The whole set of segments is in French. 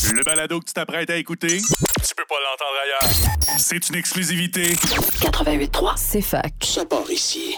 Le balado que tu t'apprêtes à écouter, tu peux pas l'entendre ailleurs. C'est une exclusivité. 88.3, c'est fac. Ça part ici.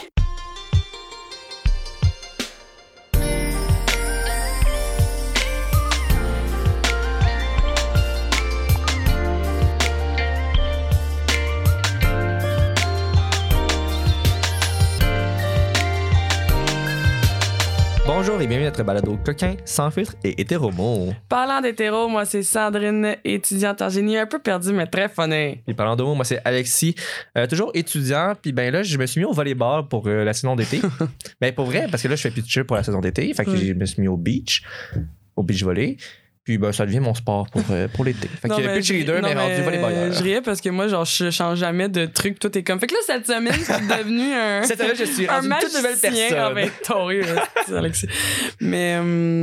Bonjour et bienvenue à notre balado coquin, sans filtre et hétéromo. Parlant d'hétéro, moi c'est Sandrine, étudiante en génie, un peu perdue mais très funny. Et parlant d'homo, moi c'est Alexis, toujours étudiant. Puis ben là, je me suis mis au volleyball pour la saison d'été. Ben pour vrai, parce que là, je fais plus de chill pour la saison d'été. Fait que je me suis mis au beach volley. Puis ben, ça devient mon sport pour l'été. Fait que pitch leader, mais rendu volleyballeur. Je riais parce que moi, genre, je change jamais de truc, tout est comme. Fait que là, cette semaine, c'est devenu un. Cette semaine, je suis rendu une toute nouvelle personne. Ah ben, toré, Alexis. Mais.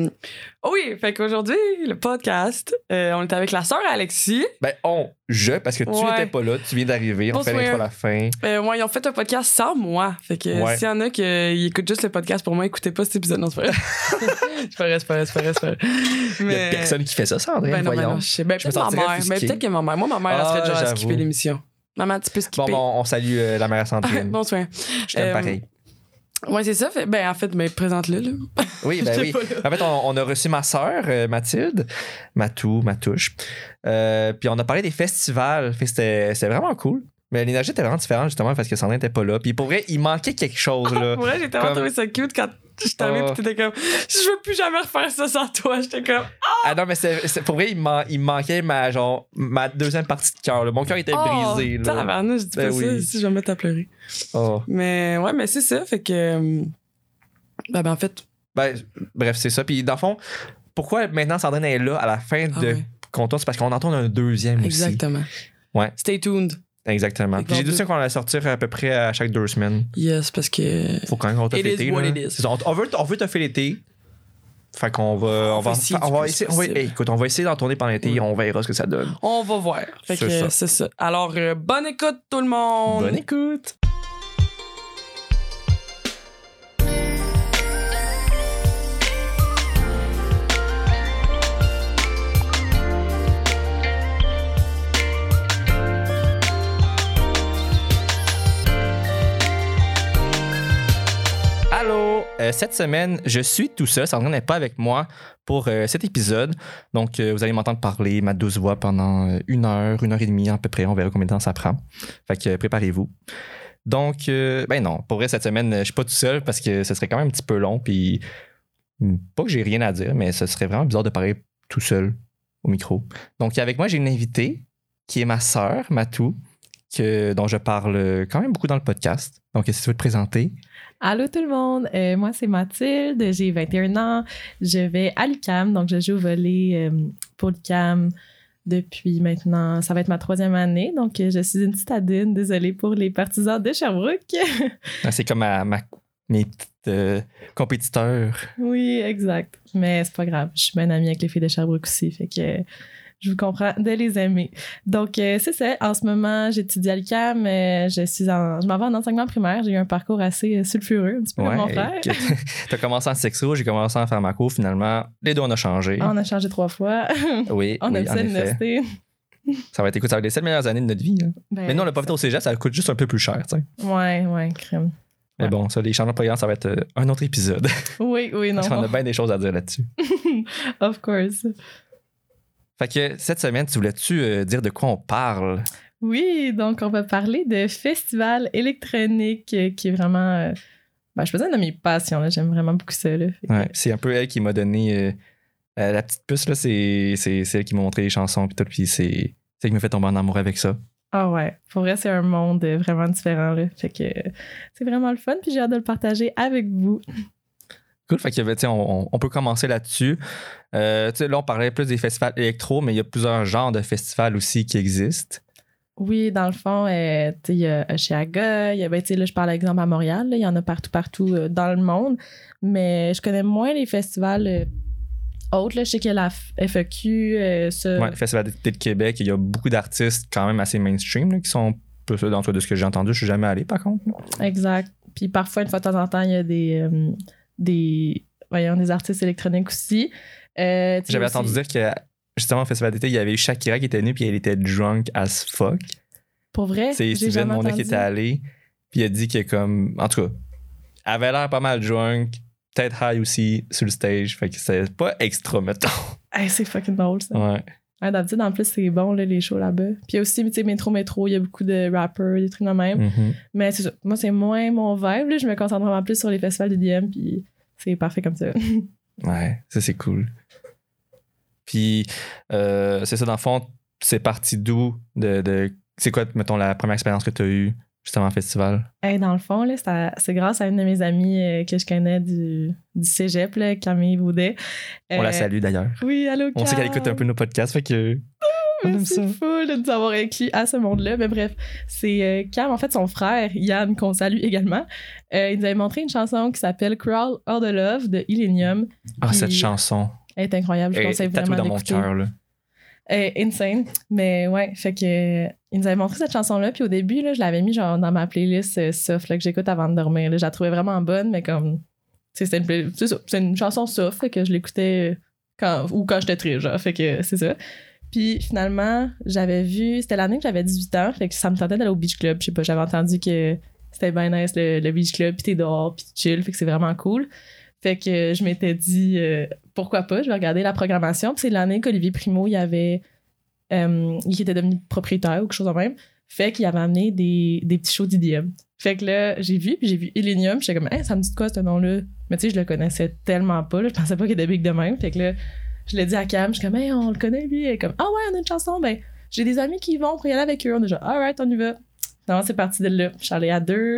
Oui, fait qu'aujourd'hui, le podcast, on est avec la sœur Alexis. Ben, parce que tu n'étais pas là, tu viens d'arriver, on fait l'intro à la fin. Ouais, ils ont fait un podcast sans moi. Fait que s'il y en a qui écoutent juste le podcast pour moi, écoutez pas cet épisode. Non, c'est pas vrai. C'est pas vrai. Il y a personne qui fait ça, Sandrine, ben non, voyons. Ben non, je sais. Ben, peut-être ma mère. Ben, peut-être que ma mère. Moi, ma mère, elle serait déjà à skipper l'émission. Maman, tu peux skipper. Bon, on salue la mère Sandrine. Bonsoir. Je t'aime pareil. Ouais, c'est ça. Ben, en fait, présente-le, là. Oui, ben oui. En fait, on a reçu ma sœur, Mathilde, Matouche. Puis on a parlé des festivals. C'était vraiment cool. Mais l'énergie était vraiment différente, justement, parce que Sandrine n'était pas là. Puis pour vrai, il manquait quelque chose, là. Pour vrai, j'ai tellement trouvé ça cute quand je suis arrivée, puis t'étais comme, je veux plus jamais refaire ça sans toi. J'étais comme, Ah non, mais c'est pour vrai, il me manquait ma deuxième partie de cœur. Mon cœur était brisé, là. Tabarnak, je dis pas ça, si je vais me mettre à pleurer. Mais ouais, mais c'est ça, fait que. Ben en fait. Bref, c'est ça. Puis dans le fond, pourquoi maintenant Sandrine est là à la fin de Comptoir, c'est parce qu'on entend un deuxième aussi. Exactement. Ouais. Stay tuned. Exactement. Puis j'ai dit qu'on allait sortir à peu près à chaque 2 semaines. Yes, parce que. Faut quand même qu'on te fait l'été. On veut te faire l'été. Fait qu'on va essayer d'en tourner pendant l'été et on verra ce que ça donne. On va voir. Fait que c'est ça. Alors, bonne écoute tout le monde. Bonne écoute. Allô, cette semaine, je suis tout seul. Sandrine n'est pas avec moi pour cet épisode. Donc, vous allez m'entendre parler ma douce voix pendant 1 heure, 1 heure et demie à peu près. On verra combien de temps ça prend. Fait que préparez-vous. Donc, non, pour vrai, cette semaine, je suis pas tout seul parce que ce serait quand même un petit peu long. Puis, pas que j'ai rien à dire, mais ce serait vraiment bizarre de parler tout seul au micro. Donc, avec moi, j'ai une invitée qui est ma sœur, Matou, dont je parle quand même beaucoup dans le podcast. Donc, est-ce que tu veux te présenter? Allô tout le monde, moi c'est Mathilde, j'ai 21 ans, je vais à l'UQAM, donc je joue au volley pour l'UQAM depuis maintenant, ça va être ma 3e année, donc je suis une citadine, désolée pour les partisans de Sherbrooke. C'est comme mes petites compétiteurs. Oui, exact, mais c'est pas grave, je suis bien amie avec les filles de Sherbrooke aussi, fait que je vous comprends de les aimer. Donc, c'est ça. En ce moment, j'étudie à l'UQAM. Je m'en vais en enseignement primaire. J'ai eu un parcours assez sulfureux, un petit peu comme mon frère. T'as commencé en sexo, j'ai commencé en pharmaco. Finalement, les deux, on a changé. On a changé 3 fois. Oui, on a fait l'université. Ça va être les 7 meilleures années de notre vie. Hein. Mais nous, on l'a pas fait au cégep, ça coûte juste un peu plus cher. T'sais. Ouais, crème. Mais bon, ça, les changements de programme, ça va être un autre épisode. Oui, non. Parce qu'on a bien des choses à dire là-dessus. Of course. Fait que cette semaine, tu voulais-tu dire de quoi on parle? Oui, donc on va parler de festival électronique qui est vraiment... je peux dire une de mes passions, là. J'aime vraiment beaucoup ça. Là. Ouais, c'est un peu elle qui m'a donné la petite puce, là, c'est elle qui m'a montré les chansons puis tout, puis c'est elle qui m'a fait tomber en amour avec ça. Ah ouais, pour vrai, c'est un monde vraiment différent. Là. Fait que c'est vraiment le fun, puis j'ai hâte de le partager avec vous. Cool, fait que on peut commencer là-dessus. Là, on parlait plus des festivals électro, mais il y a plusieurs genres de festivals aussi qui existent. Oui, dans le fond, il y a Osheaga, là, je parle exemple à Montréal, il y en a partout dans le monde, mais je connais moins les festivals autres. Là, je sais qu'il y a la FEQ. Le Festival d'été de Québec, il y a beaucoup d'artistes quand même assez mainstream là, qui sont peu ça dans de ce que j'ai entendu. Je suis jamais allé, par contre. Exact. Puis parfois, une fois de temps en temps, il y a des artistes électroniques aussi. J'avais entendu dire que justement, au festival d'été, il y avait eu Shakira qui était venue, puis elle était drunk as fuck. Pour vrai? C'est Steven, mon qui était allé, puis il a dit que comme... En tout cas, elle avait l'air pas mal drunk, peut-être high aussi, sur le stage, fait que c'est pas extra, mettons. Hey, c'est fucking drôle, ça. Ouais. D'habitude, en plus, c'est bon, là, les shows là-bas. Puis aussi, tu sais, Métro, il y a beaucoup de rappers, des trucs de même. Mm-hmm. Mais c'est ça. Moi, c'est moins mon vibe, là. Je me concentre vraiment plus sur les festivals d'EDM, puis c'est parfait comme ça. Ouais, ça, c'est cool. Puis, c'est ça, dans le fond, c'est parti d'où? C'est quoi, mettons, la première expérience que tu as eue, justement, en festival? Hey, dans le fond, là, c'est grâce à une de mes amies que je connais du cégep, là, Camille Boudet. On la salue, d'ailleurs. Oui, allô, Cam. On sait qu'elle écoute un peu nos podcasts, fait que... on aime ça. C'est fou de nous avoir inclus à ce monde-là. Mais bref, c'est Cam, en fait, son frère, Yann, qu'on salue également. Il nous avait montré une chanson qui s'appelle Crawl All the Love de Illenium. Ah, cette chanson. Elle est incroyable. Je conseille vraiment dans mon cœur, là. Insane. Mais ouais, fait que il nous avait montré cette chanson-là. Puis au début, là, je l'avais mis genre dans ma playlist soft là, que j'écoute avant de dormir. Là. Je la trouvais vraiment bonne, mais comme... C'est une chanson soft, fait que je l'écoutais quand j'étais triste, genre. Fait que c'est ça. Puis finalement, j'avais vu... C'était l'année que j'avais 18 ans, fait que ça me tentait d'aller au Beach Club. Je sais pas, j'avais entendu que c'était bien nice le Beach Club, puis t'es dehors, puis tu chill, fait que c'est vraiment cool. Fait que je m'étais dit, pourquoi pas, je vais regarder la programmation. Puis c'est l'année qu'Olivier Primo, il était devenu propriétaire ou quelque chose de même. Fait qu'il avait amené des petits shows d'EDM. Fait que là, j'ai vu Illenium, j'étais comme, hey, ça me dit de quoi ce nom-là? Mais tu sais, je le connaissais tellement pas, là, je pensais pas qu'il était big de même. Fait que là, je l'ai dit à Cam, je suis comme, hey, on le connaît lui. Elle est comme, ah ouais, on a une chanson, ben, j'ai des amis qui y vont pour y aller avec eux. On est genre, alright, on y va. Non, c'est parti de là. Je suis allée à deux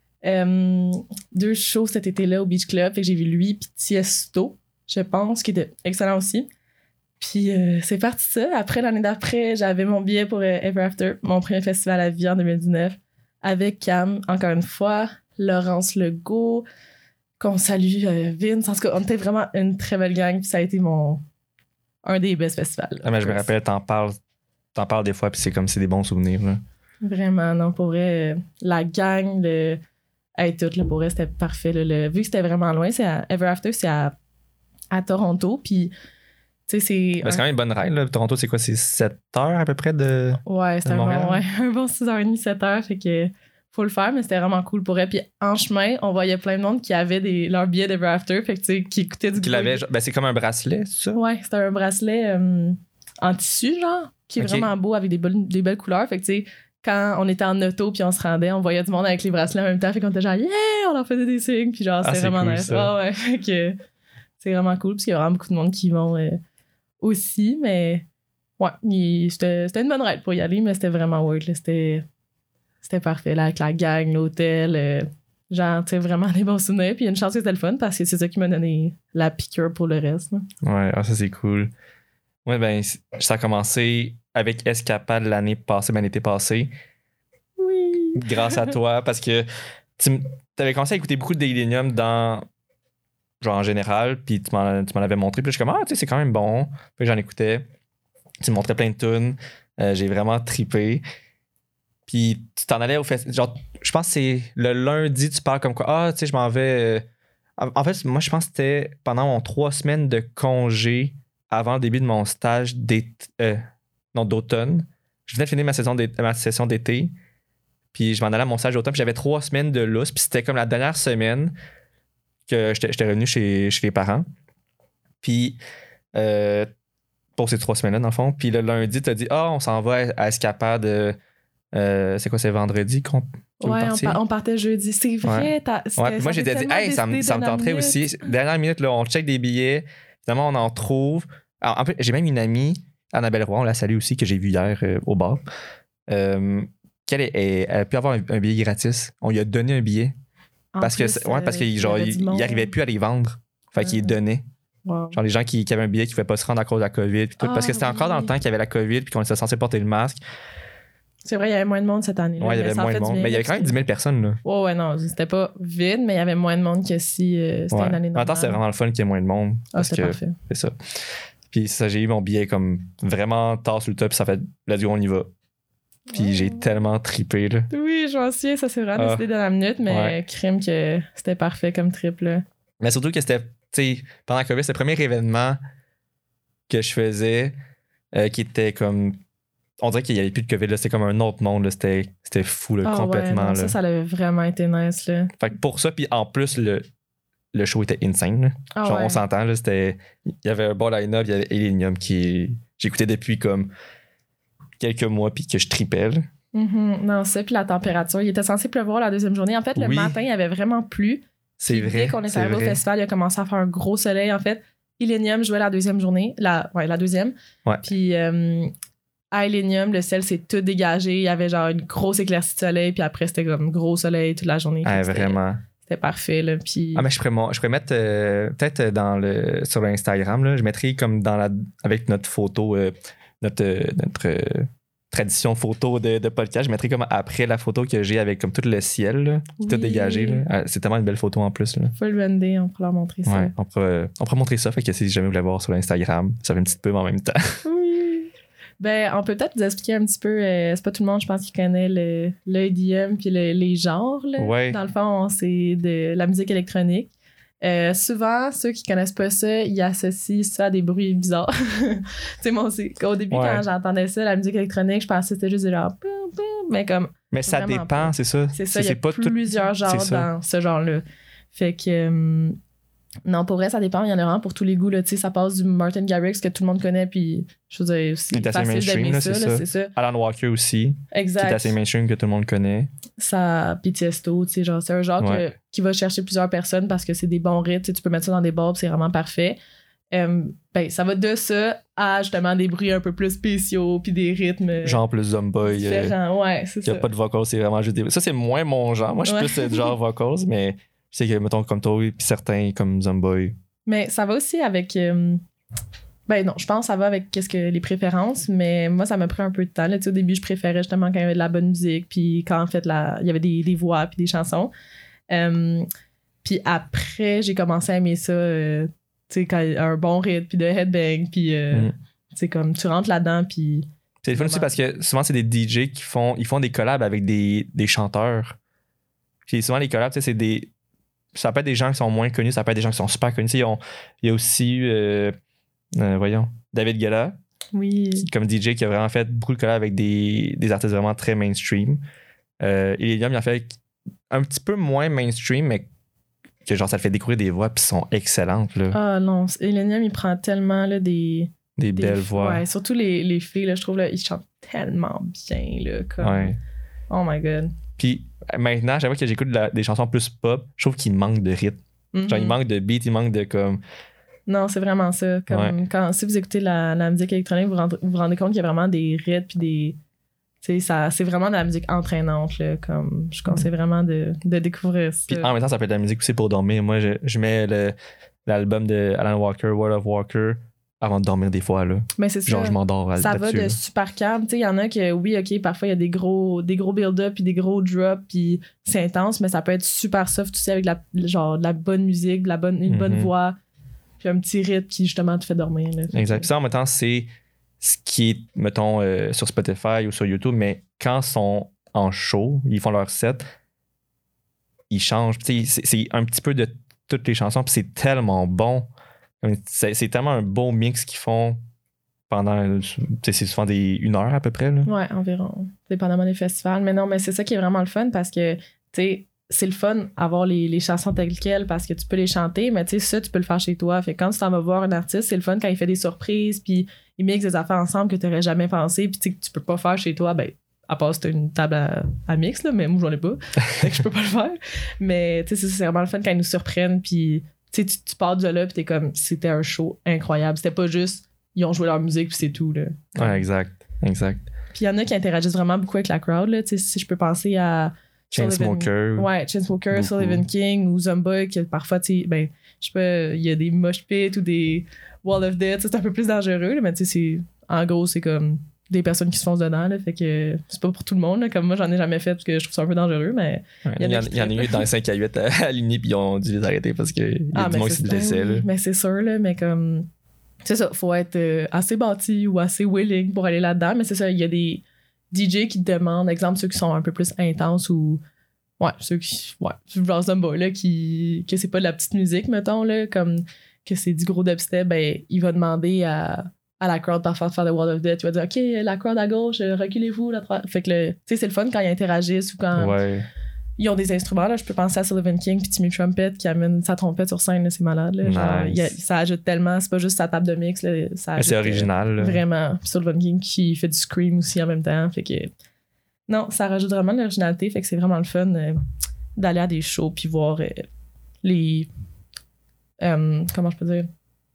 shows cet été-là au Beach Club. Fait que j'ai vu lui puis Tiesto, je pense, qui était excellent aussi. Puis c'est parti de ça. Après, l'année d'après, j'avais mon billet pour Ever After, mon premier festival à vie en 2019, avec Cam, encore une fois, Laurence Legault, qu'on salue, Vince. En tout cas, on était vraiment une très belle gang. Puis ça a été un des best festivals. Ah, mais je me rappelle, t'en parles des fois, puis c'est comme c'est des bons souvenirs, là. Vraiment, non, pour vrai, la gang, tout, là, pour vrai, c'était parfait. Là, vu que c'était vraiment loin, Ever After, c'est à Toronto, puis tu sais, c'est... C'est quand même une bonne ride, là. Toronto, c'est quoi? C'est 7 heures à peu près de... Ouais, c'était un bon 6h30, 7h, fait que faut le faire, mais c'était vraiment cool pour elle. Puis en chemin, on voyait plein de monde qui avait leurs billets d'Ever After, fait que tu sais, qui écoutaient du groupe. Ben, c'est comme un bracelet, c'est ça? Ouais, c'était un bracelet en tissu, genre, qui est vraiment beau, avec des belles couleurs, fait que tu sais, quand on était en auto puis on se rendait, on voyait du monde avec les bracelets en même temps, fait qu'on était genre, yeah, on leur faisait des signes, puis genre, c'était vraiment cool, nice. Ah ouais, fait que c'est vraiment cool, parce qu'il y a vraiment beaucoup de monde qui vont aussi, mais ouais, c'était une bonne ride pour y aller, mais c'était vraiment worth, là, c'était parfait, là, avec la gang, l'hôtel, genre, tu sais, vraiment des bons souvenirs, puis il y a une chance que c'était le fun, parce que c'est ça qui m'a donné la piqûre pour le reste. Là. Ouais, ça c'est cool. Ouais, ben, ça a commencé avec Escapade l'été passé. Oui. Grâce à toi, parce que tu avais commencé à écouter beaucoup de Illenium genre en général, puis tu m'en avais montré, puis je suis comme, ah, tu sais, c'est quand même bon. Puis j'en écoutais. Tu me montrais plein de tunes. J'ai vraiment trippé. Puis tu t'en allais au festival. Genre, je pense que c'est le lundi, tu parles comme quoi, ah, tu sais, je m'en vais. En fait, moi, je pense que c'était pendant mon 3 semaines de congé avant le début de mon stage d'automne. Je venais de finir ma session d'été. Puis je m'en allais à mon stage d'automne. Puis j'avais 3 semaines de lousse. Puis c'était comme la dernière semaine que j'étais revenu chez les parents. Puis pour ces 3 semaines-là, dans le fond. Puis le lundi, tu as dit, on s'en va à Escapade. C'est quoi, c'est vendredi qu'on on partait jeudi. C'est vrai. Ouais. Moi, j'étais dit, hey, ça me tenterait aussi. Dernière minute, là, on check des billets. Finalement, on en trouve. Alors, en plus, j'ai même une amie, Annabelle Roy, on la salue aussi, que j'ai vue hier au bar. Elle a pu avoir un billet gratis. On lui a donné un billet. Parce qu'il n'arrivait plus à les vendre. Fait qu'il les donnait. Wow. Genre les gens qui avaient un billet qui ne pouvaient pas se rendre à cause de la COVID. Puis tout, parce que c'était encore dans le temps qu'il y avait la COVID puis qu'on était censé porter le masque. C'est vrai, il y avait moins de monde cette année. Ouais, il y avait moins de monde. Mais il y avait quand même 10 000 personnes. Là. Ouais, non, c'était pas vide, mais il y avait moins de monde que si c'était une année normale. En même temps, c'était vraiment le fun qu'il y ait moins de monde. C'était parfait. C'est ça. Puis ça, j'ai eu mon billet comme vraiment tard sur le top, puis ça fait, let's go, on y va. Puis j'ai tellement trippé, là. Oui, je m'en souviens, ça s'est vraiment décidé dans la minute, mais crime que c'était parfait comme trip, là. Mais surtout que c'était, tu sais, pendant la COVID, c'était le premier événement que je faisais qui était comme. On dirait qu'il n'y avait plus de COVID, là. C'était comme un autre monde, là. C'était fou, là, complètement. Ouais, non, là. ça avait vraiment été nice. Là. Fait que pour ça, puis en plus, le show était insane. Là. Genre, on s'entend, là, il y avait un bon line-up, il y avait Illenium qui j'écoutais depuis comme quelques mois, puis que je tripais. Là. Non, ça, puis la température. Il était censé pleuvoir la deuxième journée. En fait, le matin, il avait vraiment plu. C'est vrai. Dès qu'on est arrivé au festival, il a commencé à faire un gros soleil. En fait, Illenium jouait la deuxième journée. La deuxième. Ouais. Puis à Illenium, le ciel s'est tout dégagé. Il y avait genre une grosse éclaircie de soleil. Puis après, c'était comme gros soleil toute la journée. Vraiment. C'était parfait. Là, puis... Ah, mais je pourrais mettre peut-être sur l'Instagram, là, je mettrais comme avec notre photo, notre tradition photo de podcast, je mettrais comme après la photo que j'ai avec comme tout le ciel là, qui est tout dégagé. Là. C'est tellement une belle photo en plus. Là. Faut le render, on peut leur montrer ça. Ouais, on pourrait montrer ça, fait que si jamais vous voulez voir sur l'Instagram, ça fait une petite pub en même temps. Oui. Ben, on peut peut-être vous expliquer un petit peu, c'est pas tout le monde, je pense, qui connaît le EDM puis les genres. Là. Ouais. Dans le fond, c'est de la musique électronique. Souvent, ceux qui connaissent pas ça, ils associent ça à des bruits bizarres. Tu sais, moi aussi, au début, quand j'entendais ça, la musique électronique, je pensais que c'était juste genre... Mais comme... Mais ça dépend, pas. C'est ça. C'est ça, il y a pas plusieurs genres dans ce genre-là. Fait que... non, pour vrai, ça dépend. Il y en a vraiment pour tous les goûts. Là. Ça passe du Martin Garrix que tout le monde connaît, puis je veux dire, c'est facile d'aimer ça. C'est ça. Alan Walker aussi, exact. qui est assez mainstream que tout le monde connaît. Ça, puis Tiesto, genre, c'est un genre qui va chercher plusieurs personnes parce que c'est des bons rythmes. Tu peux mettre ça dans des bars, c'est vraiment parfait. Ben, ça va de ça à justement des bruits un peu plus spéciaux, puis des rythmes genre plus Zomboy. Différents, c'est ça. Il n'y a pas de vocals, c'est vraiment juste des... Ça, c'est moins mon genre. Moi, je suis plus du genre vocals, mais... Je sais que, mettons, comme toi, puis certains, comme Zomboy. Mais ça va aussi avec... ben non, je pense que ça va avec les préférences, mais moi, ça m'a pris un peu de temps. Là, au début, je préférais justement quand il y avait de la bonne musique, puis quand, en fait, il y avait des voix, puis des chansons. Puis après, j'ai commencé à aimer ça, tu sais, quand il y a un bon rythme, puis de headbang, puis, tu sais, comme, tu rentres là-dedans, puis... C'est le fun aussi parce que souvent, c'est des DJ qui font des collabs avec des chanteurs. Puis souvent, les collabs, tu sais, c'est des... Ça peut être des gens qui sont moins connus, ça peut être des gens qui sont super connus. Il y a aussi, David Guetta, comme DJ qui a vraiment fait beaucoup de collabs avec des artistes vraiment très mainstream. Illenium, il a fait un petit peu moins mainstream, mais que genre ça te fait découvrir des voix puis sont excellentes. Là. Ah non, Illenium, il prend tellement là, des belles voix. Ouais, surtout les filles, là, je trouve, là, ils chantent tellement bien. Là, comme... Oh my God. Puis maintenant, chaque fois que j'écoute des chansons plus pop, je trouve qu'il manque de rythme. Genre, il manque de beat, il manque de comme... Non, c'est vraiment ça. Comme si vous écoutez la musique électronique, vous vous rendez compte qu'il y a vraiment des rythmes puis des... Tu sais, c'est vraiment de la musique entraînante. Là, comme, je conseille vraiment de découvrir ça. Puis en même temps, ça peut être de la musique aussi pour dormir. Moi, je mets l'album de Alan Walker, World of Walker, avant de dormir des fois. Là. Mais c'est genre, ça. Je m'endors ça va de super calme. Tu sais, il y en a que, oui, OK, parfois, il y a des gros build-up puis des gros drops puis c'est intense, mais ça peut être super soft aussi avec de la bonne musique, une bonne voix puis un petit rythme qui, justement, te fait dormir. Là. Exact. Puis ça, en même temps, c'est ce qui est, mettons, sur Spotify ou sur YouTube, mais quand ils sont en show, ils font leur set, ils changent. Tu sais, c'est un petit peu de toutes les chansons puis c'est tellement bon. C'est tellement un beau mix qu'ils font pendant, c'est souvent une heure à peu près. Là. Ouais, environ, dépendamment des festivals. Mais non, mais c'est ça qui est vraiment le fun parce que, tu sais, c'est le fun avoir les chansons telles quelles parce que tu peux les chanter, mais tu sais, ça, tu peux le faire chez toi. Fait que quand tu t'en vas voir un artiste, c'est le fun quand il fait des surprises puis il mixe des affaires ensemble que tu n'aurais jamais pensé puis tu sais, que tu peux pas faire chez toi, ben, à part si t'as une table à mix, là, mais moi, j'en ai pas. Fait que je peux pas le faire. Mais tu sais, c'est vraiment le fun quand ils nous surprennent puis tu pars de là pis t'es comme c'était un show incroyable, c'était pas juste ils ont joué leur musique pis c'est tout là. Ouais, exact puis il y en a qui interagissent vraiment beaucoup avec la crowd là, tu sais, si je peux penser à Chainsmokers, Sullivan King ou Zomboy qui parfois tu sais, ben je sais pas, il y a des mosh pits ou des Wall of Death, c'est un peu plus dangereux là, mais tu sais en gros c'est comme des personnes qui se foncent dedans, là, fait que c'est pas pour tout le monde. Là, comme moi, j'en ai jamais fait parce que je trouve ça un peu dangereux, mais... Il y en a eu dans les 5 à 8 à l'Uni, puis ils ont dû les arrêter parce qu'il y a du monde qui se blessait. Oui, mais c'est sûr, là, mais comme... C'est ça, faut être assez bâti ou assez willing pour aller là-dedans, mais c'est ça, il y a des DJ qui te demandent, exemple, ceux qui sont un peu plus intenses ou... Ouais, ceux qui... Ouais, genre Zumba, là, que c'est pas de la petite musique, mettons, là, comme que c'est du gros dubstep, ben, il va demander à à la crowd parfois de faire le Wall of Death. Tu vas dire, OK, la crowd à gauche, reculez-vous. Fait que, tu sais, c'est le fun quand ils interagissent ou quand ils ont des instruments. Là. Je peux penser à Sullivan King puis Timmy Trumpet qui amène sa trompette sur scène. Là, c'est malade. Là. Genre, ça ajoute tellement. C'est pas juste sa table de mix. Là, ça ajoute, c'est original. Vraiment. Puis Sullivan King qui fait du scream aussi en même temps. Fait que... Non, ça rajoute vraiment de l'originalité. Fait que c'est vraiment le fun d'aller à des shows puis voir les... comment je peux dire?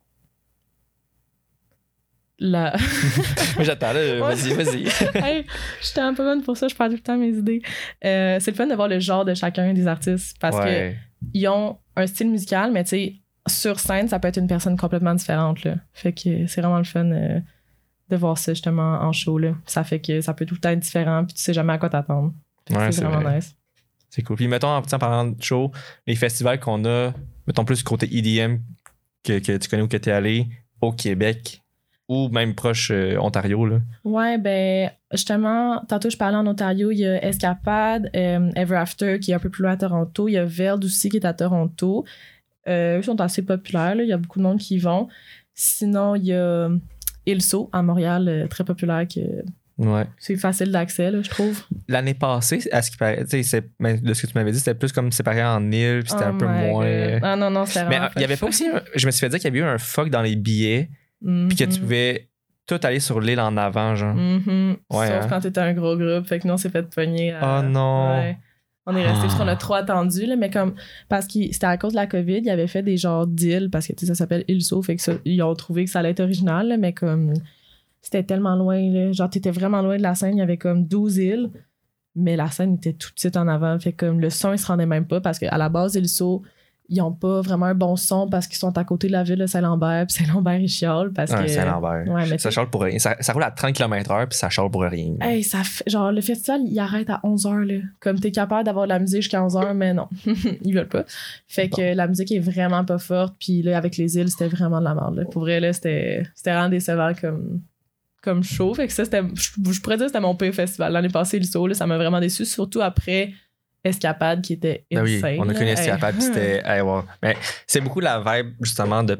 Moi j'attends là, vas-y. Hey, je suis un peu bonne pour ça, je perds tout le temps mes idées. C'est le fun de voir le genre de chacun des artistes parce que ils ont un style musical, mais tu sais, sur scène, ça peut être une personne complètement différente. Là. Fait que c'est vraiment le fun de voir ça justement en show. Là. Ça fait que ça peut tout le temps être différent, puis tu sais jamais à quoi t'attendre. C'est vraiment nice. C'est cool. Puis mettons, en parlant de show, les festivals qu'on a, mettons plus côté EDM que tu connais ou que t'es allé au Québec. Ou même proche Ontario, là. Ouais, ben, justement, tantôt, je parlais en Ontario, il y a Escapade, Ever After, qui est un peu plus loin à Toronto. Il y a Verd aussi, qui est à Toronto. Eux sont assez populaires, là. Il y a beaucoup de monde qui y vont. Sinon, il y a Ilso, à Montréal, très populaire, c'est facile d'accès, là, je trouve. L'année passée, à ce qui paraît, de ce que tu m'avais dit, c'était plus comme séparé en îles, puis c'était un peu moins... Ah non, c'était vraiment... Mais il y avait pas aussi... Je me suis fait dire qu'il y avait eu un fuck dans les billets. Puis que tu pouvais tout aller sur l'île en avant, genre. Sauf quand t'étais un gros groupe. Fait que nous, on s'est fait pogner. Oh non! Ouais. On est resté parce qu'on a trop attendu, là, mais comme... Parce que c'était à cause de la COVID, ils avaient fait des genres d'îles, parce que ça s'appelle Ilso, fait que ils ont trouvé que ça allait être original, là, mais comme... C'était tellement loin, là. Genre, t'étais vraiment loin de la scène. Il y avait comme 12 îles, mais la scène était tout de suite en avant. Fait que comme le son, il se rendait même pas, parce qu'à la base, Ilso... Ils n'ont pas vraiment un bon son parce qu'ils sont à côté de la ville de Saint-Lambert. Puis Saint-Lambert, ils chialent parce que... Saint-Lambert. Ouais, mais ça chiale pour rien. Ça roule à 30 km/h puis ça chiale pour rien. Hey, genre, le festival, il arrête à 11h. Là. Comme t'es capable d'avoir de la musique jusqu'à 11h, mais non, ils veulent pas. Fait que la musique est vraiment pas forte. Puis là, avec les îles, c'était vraiment de la merde. Là. Pour vrai, là, c'était vraiment décevant comme show. Fait que ça, c'était... Je pourrais dire que c'était mon pire festival. L'année passée, l'ISO, ça m'a vraiment déçu. Surtout après... Escapade qui était insane. Oui, on a connu Escapade, puis c'était... Mais c'est beaucoup la vibe, justement, de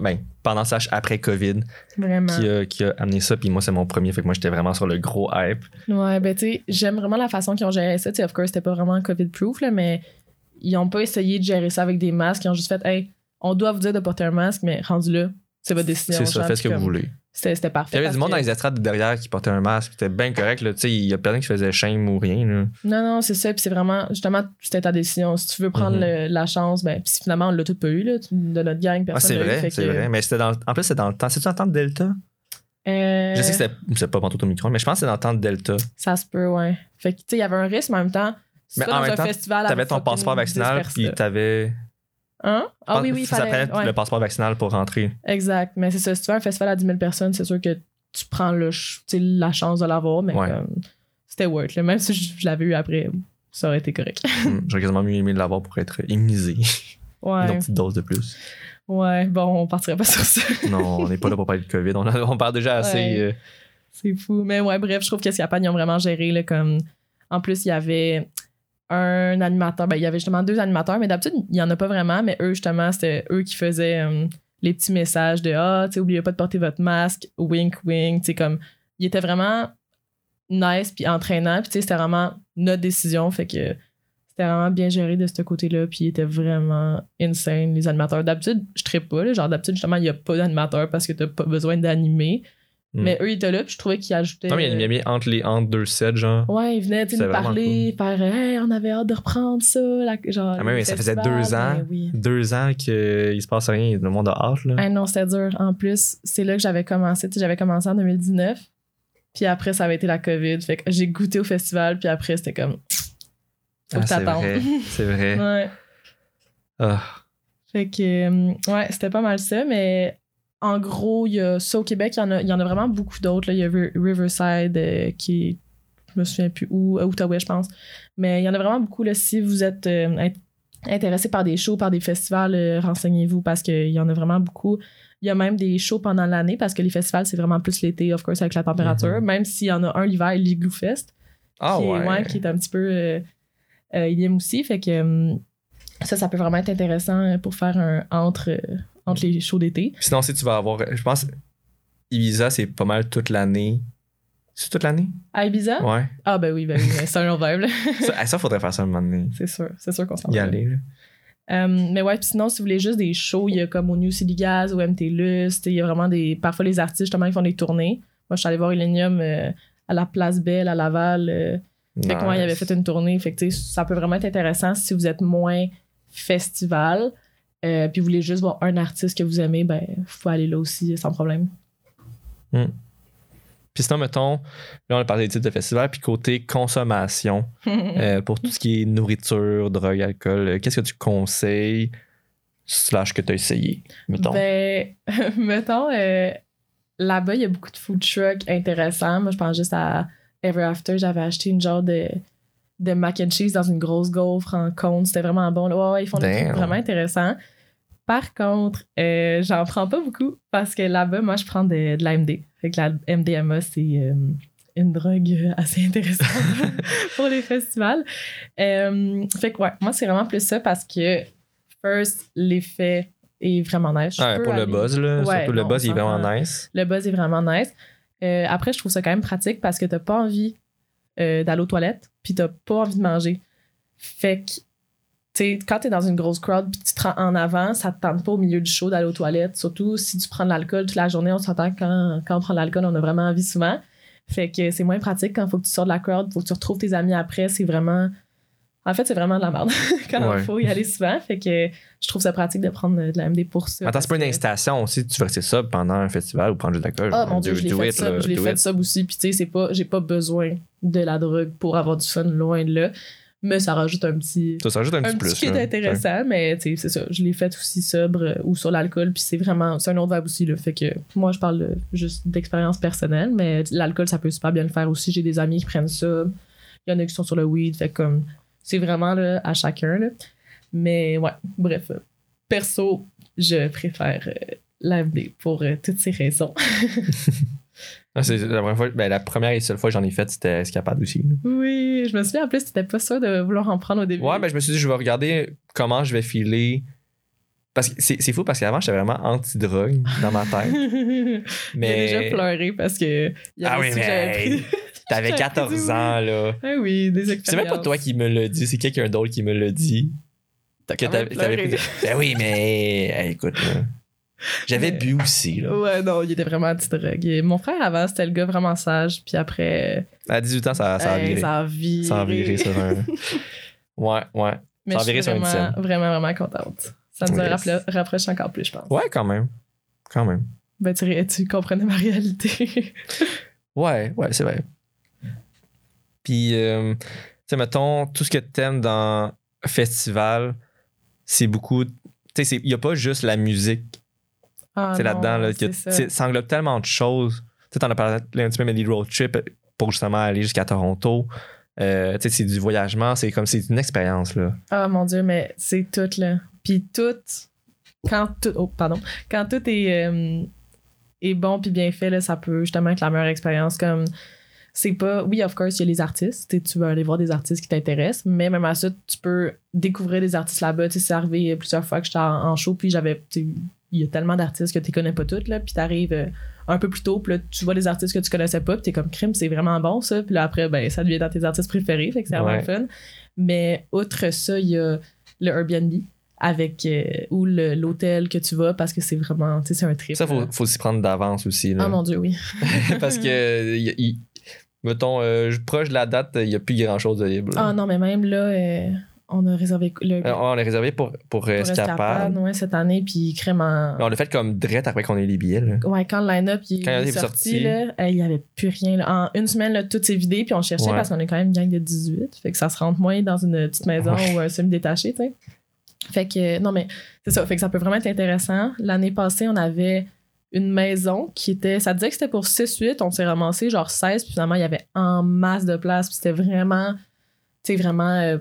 après COVID qui a amené ça. Puis moi, c'est mon premier, fait que moi, j'étais vraiment sur le gros hype. Ouais, ben tu sais, j'aime vraiment la façon qu'ils ont géré ça. Tu sais, of course, c'était pas vraiment COVID-proof, là, mais ils ont pas essayé de gérer ça avec des masques. Ils ont juste fait, hey, on doit vous dire de porter un masque, mais rendu là, c'est votre décision. C'est ça, faites ce que vous voulez. C'était parfait. Il y avait du monde dans les estrades derrière qui portait un masque. C'était bien correct. Il y a personne qui faisait shame ou rien. Là. Non, c'est ça. Puis c'est vraiment, justement, c'était ta décision. Si tu veux prendre la chance, ben, puis finalement, on l'a tout pas eu. Là, de notre gang, personne l'a eu. C'est vrai. Mais en plus, c'était dans le temps. C'est-tu dans le temps de Delta? Je sais que c'est pas pantoute au micro, mais je pense que c'est dans le temps de Delta. Ça se peut, ouais. Fait que, tu sais, il y avait un risque, mais en même temps, mais en même temps, t'avais ton passeport vaccinal, puis t'avais... Hein? Ah oui, il fallait... le passeport vaccinal pour rentrer. Exact. Mais c'est ça, si tu fais un festival à 10 000 personnes, c'est sûr que tu prends la chance de l'avoir, mais c'était worth. Là. Même si je l'avais eu après, ça aurait été correct. J'aurais quasiment mieux aimé l'avoir pour être immunisé. Ouais. Une petite dose de plus. Ouais, bon, on partirait pas sur ça. Non, on n'est pas là pour parler de COVID. On parle déjà assez... Ouais. C'est fou. Mais ouais, bref, je trouve qu'Escapade, ils ont vraiment géré, là, comme... En plus, il y avait... un animateur, ben il y avait justement 2 animateurs, mais d'habitude il y en a pas vraiment, mais eux justement c'était eux qui faisaient les petits messages de tu sais, oubliez pas de porter votre masque, wink wink, tu sais, comme il était vraiment nice puis entraînant, puis tu sais c'était vraiment notre décision, fait que c'était vraiment bien géré de ce côté-là, puis il était vraiment insane les animateurs. D'habitude je trippe pas, là, genre d'habitude justement il y a pas d'animateur parce que t'as pas besoin d'animer. Mais eux, ils étaient là, puis je trouvais qu'ils ajoutaient... Non, mais il y a mis entre 2 sets, genre. Ouais, ils venaient nous parler, cool. Faire hey, on avait hâte de reprendre ça. Genre, mais ça faisait 2 ans. Oui. 2 ans qu'il se passe rien, le monde a hâte, là. Non, c'était dur. En plus, c'est là que j'avais commencé. J'avais commencé en 2019, puis après, ça avait été la COVID. Fait que j'ai goûté au festival, puis après, c'était comme... Faut que t'attendes. C'est vrai. Ouais. Ah. Fait que, ouais, c'était pas mal ça, mais... En gros, il y a ça au Québec, il y en a vraiment beaucoup d'autres. Là. Il y a Riverside qui est, je me souviens plus où, à Outaouais, je pense. Mais il y en a vraiment beaucoup. Là, si vous êtes intéressé par des shows, par des festivals, renseignez-vous parce qu'il y en a vraiment beaucoup. Il y a même des shows pendant l'année parce que les festivals, c'est vraiment plus l'été, of course, avec la température. Même s'il y en a un l'hiver, l'Igloo Fest, qui est un petit peu IM aussi. Fait que ça peut vraiment être intéressant pour faire un entre les shows d'été. Sinon, si tu vas avoir, je pense, Ibiza, c'est pas mal toute l'année. C'est toute l'année? À Ibiza? Ouais. Ah, ben oui, c'est un autre vibe, là. Ça, faudrait faire ça un moment donné. C'est sûr qu'on s'en Y va. aller, là. Mais ouais, puis sinon, si vous voulez juste des shows, il y a comme au New City Gas ou MT Lust, il y a vraiment parfois les artistes, justement, ils font des tournées. Moi, je suis allée voir Illenium à la Place Belle, à Laval. Fait que moi, il avait fait une tournée. Fait que, tu sais, ça peut vraiment être intéressant si vous êtes moins festival. Puis vous voulez juste voir un artiste que vous aimez, ben, vous pouvez aller là aussi sans problème. Puis sinon, mettons, là, on a parlé des types de festivals, puis côté consommation, pour tout ce qui est nourriture, drogue, alcool, qu'est-ce que tu conseilles / que tu as essayé, mettons? Ben, mettons, là-bas, il y a beaucoup de food trucks intéressants. Moi, je pense juste à Ever After. J'avais acheté une genre de mac and cheese dans une grosse gaufre en cône. C'était vraiment bon. Ouais, ils font des trucs vraiment intéressants. Par contre, j'en prends pas beaucoup parce que là-bas, moi, je prends de l'AMD. Fait que la MDMA, c'est une drogue assez intéressante pour les festivals. Fait que ouais, moi, c'est vraiment plus ça parce que, first, l'effet est vraiment nice. Pour le buzz, là. Ouais, surtout le buzz, il est vraiment nice. Le buzz est vraiment nice. Après, je trouve ça quand même pratique parce que t'as pas envie d'aller aux toilettes puis t'as pas envie de manger. Fait que t'sais, quand t'es dans une grosse crowd pis tu te rends en avant, ça te tente pas au milieu du show d'aller aux toilettes. Surtout si tu prends de l'alcool toute la journée, on s'entend que quand on prend de l'alcool, on a vraiment envie souvent. Fait que c'est moins pratique quand il faut que tu sors de la crowd, faut que tu retrouves tes amis après. C'est vraiment... En fait, c'est vraiment de la merde quand il faut y aller souvent. Fait que je trouve ça pratique de prendre de la MD pour ça. Attends, c'est pas une incitation aussi. Tu veux rester sub pendant un festival ou prendre de l'alcool. Ah mon Dieu, je l'ai fait sub aussi. Puis tu sais, j'ai pas besoin de la drogue pour avoir du fun loin de là. Mais ça rajoute un petit plus. Qui est intéressant, mais tu sais, c'est ça. Je l'ai fait aussi sobre ou sur l'alcool, puis c'est un autre vibe aussi. Là, fait que moi, je parle juste d'expérience personnelle, mais l'alcool, ça peut super bien le faire aussi. J'ai des amis qui prennent ça. Il y en a qui sont sur le weed, fait comme c'est vraiment là, à chacun. Là. Mais ouais, bref. Perso, je préfère l'AMD pour toutes ces raisons. C'est la première et seule fois que j'en ai fait, c'était Escapade aussi. Là. Oui, je me souviens en plus, t'étais pas sûr de vouloir en prendre au début. Ouais, ben je me suis dit, je vais regarder comment je vais filer. Parce que c'est fou parce qu'avant, j'étais vraiment anti-drogue dans ma tête. Mais... J'ai déjà pleuré parce que. T'avais 14 ans, là. Ah oui, des expériences. C'est même pas toi qui me l'a dit, c'est quelqu'un d'autre qui me l'a dit. T'avais pleuré. Ben oui, mais écoute, là. J'avais bu aussi, là. Ouais, non, il était vraiment anti-drogue. Mon frère, avant, c'était le gars vraiment sage. Puis après... À 18 ans, ça a viré. Ça a viré. Ça a viré sur un... Ouais. Mais ça a viré sur une scène. Vraiment, vraiment contente. Ça nous a rapproché encore plus, je pense. Ouais, quand même. Ben, tu comprenais ma réalité. Ouais, c'est vrai. Puis, tu sais, mettons, tout ce que t'aimes dans festival, c'est beaucoup... Tu sais, il n'y a pas juste la musique. C'est là-dedans, là, ça englobe tellement de choses. Tu sais, t'en as parlé un petit peu, mais des road trips pour justement aller jusqu'à Toronto. Tu sais, c'est du voyagement, c'est une expérience, là. Ah, mon Dieu, mais c'est tout, là. Puis quand tout est bon puis bien fait, là, ça peut justement être la meilleure expérience. Comme, c'est pas... Oui, of course, il y a les artistes. Tu veux aller voir des artistes qui t'intéressent, mais même à ça, tu peux découvrir des artistes là-bas. Tu sais, c'est arrivé plusieurs fois que j'étais en show, puis il y a tellement d'artistes que tu connais pas toutes, là, puis t'arrives un peu plus tôt, puis là, tu vois des artistes que tu connaissais pas, puis t'es comme crime, c'est vraiment bon, ça. Puis là, après, ben, ça devient dans tes artistes préférés, fait que c'est vraiment fun. Mais outre ça, il y a le Airbnb, avec ou l'hôtel que tu vas, parce que c'est vraiment, tu sais, c'est un trip. Ça, faut s'y prendre d'avance aussi, là. Ah, mon Dieu, oui. Parce que, mettons, proche de la date, il n'y a plus grand-chose de libre. Ah non, mais même là... on a réservé on l'a réservé pour Escapade. Ouais, cette année, puis crème en... On l'a fait comme direct après qu'on ait les billets. Là. Ouais, quand le line-up il est sorti, là, il n'y avait plus rien. Là. En une semaine, là, tout s'est vidé, puis on cherchait parce qu'on est quand même une gang de 18. Fait que ça se rentre moins dans une petite maison ou un semi-détaché, tu sais. Fait que, non, mais c'est ça. Fait que ça peut vraiment être intéressant. L'année passée, on avait une maison qui était... Ça disait que c'était pour 6-8. On s'est ramassé genre 16, puis finalement, il y avait en masse de place. Puis c'était vraiment... Tu sais, vraiment...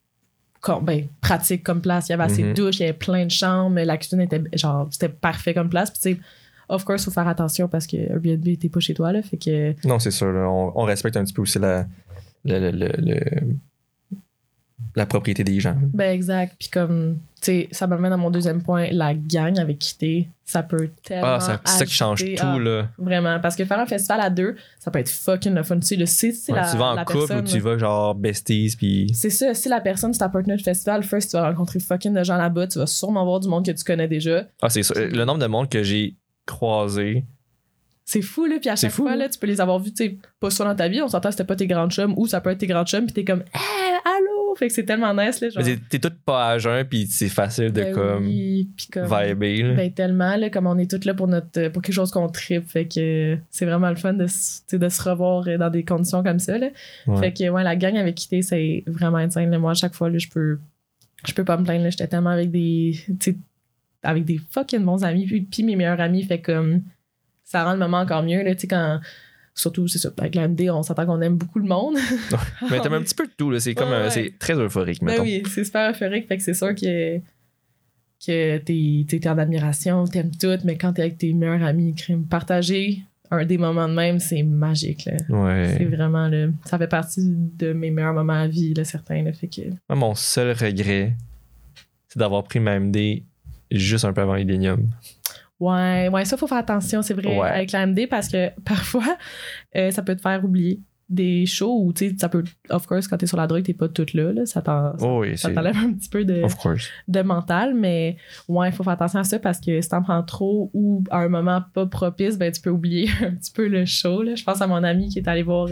pratique comme place. Il y avait assez de douches, il y avait plein de chambres, la cuisine était genre, c'était parfait comme place. Puis tu sais, of course, il faut faire attention parce que Airbnb n'était pas chez toi, là, fait que... Non, c'est sûr, là, on respecte un petit peu aussi la la propriété des gens. Ben exact. Puis comme, tu sais, ça m'amène à mon deuxième point, la gang avec qui t'es, ça peut tellement c'est ça qui change tout, là. Vraiment. Parce que faire un festival à 2, ça peut être fucking le fun. Tu sais, tu vas en couple ou tu vas genre besties, puis... C'est ça. Si la personne, c'est ta partner de festival, first, tu vas rencontrer fucking de gens là-bas, tu vas sûrement voir du monde que tu connais déjà. Ah, c'est ça. Le nombre de monde que j'ai croisé... C'est fou, là. Puis à chaque fois, là, tu peux les avoir vus, tu sais, pas soit dans ta vie, on s'entend, c'était pas tes grands chums, ou ça peut être tes grands chums, puis t'es comme, allô! Fait que c'est tellement nice, là. Genre... Mais t'es toute pas à jeun, puis c'est facile de comme vibrer, là. Ben tellement, là, comme on est toutes là pour quelque chose qu'on tripe. Fait que c'est vraiment le fun de se revoir dans des conditions comme ça, là. Ouais. Fait que, ouais, la gang avec qui t'es, c'est vraiment insane, là. Moi, à chaque fois, là, je peux pas me plaindre, là. J'étais tellement avec des fucking bons amis, puis mes meilleurs amis, fait comme... Ça rend le moment encore mieux, là, tu sais, quand... Surtout, c'est ça, avec l'AMD, on s'entend qu'on aime beaucoup le monde. Mais t'aimes un petit peu de tout, là. C'est comme... c'est très euphorique, mettons. Ben oui, c'est super euphorique, fait que c'est sûr que t'es en admiration, t'aimes tout, mais quand t'es avec tes meilleurs amis, partager des moments de même, c'est magique, là. Ouais. C'est vraiment, là... Ça fait partie de mes meilleurs moments à vie, là, certains, là, fait que... Moi, mon seul regret, c'est d'avoir pris ma AMD juste un peu avant Illenium. Ouais, ça, faut faire attention, c'est vrai, avec l'AMD, parce que parfois, ça peut te faire oublier des shows où, tu sais, ça peut, of course, quand t'es sur la drogue, t'es pas toute là, ça t'enlève un petit peu de mental, mais ouais, il faut faire attention à ça parce que si t'en prends trop ou à un moment pas propice, ben tu peux oublier un petit peu le show, là. Je pense à mon ami qui est allé voir,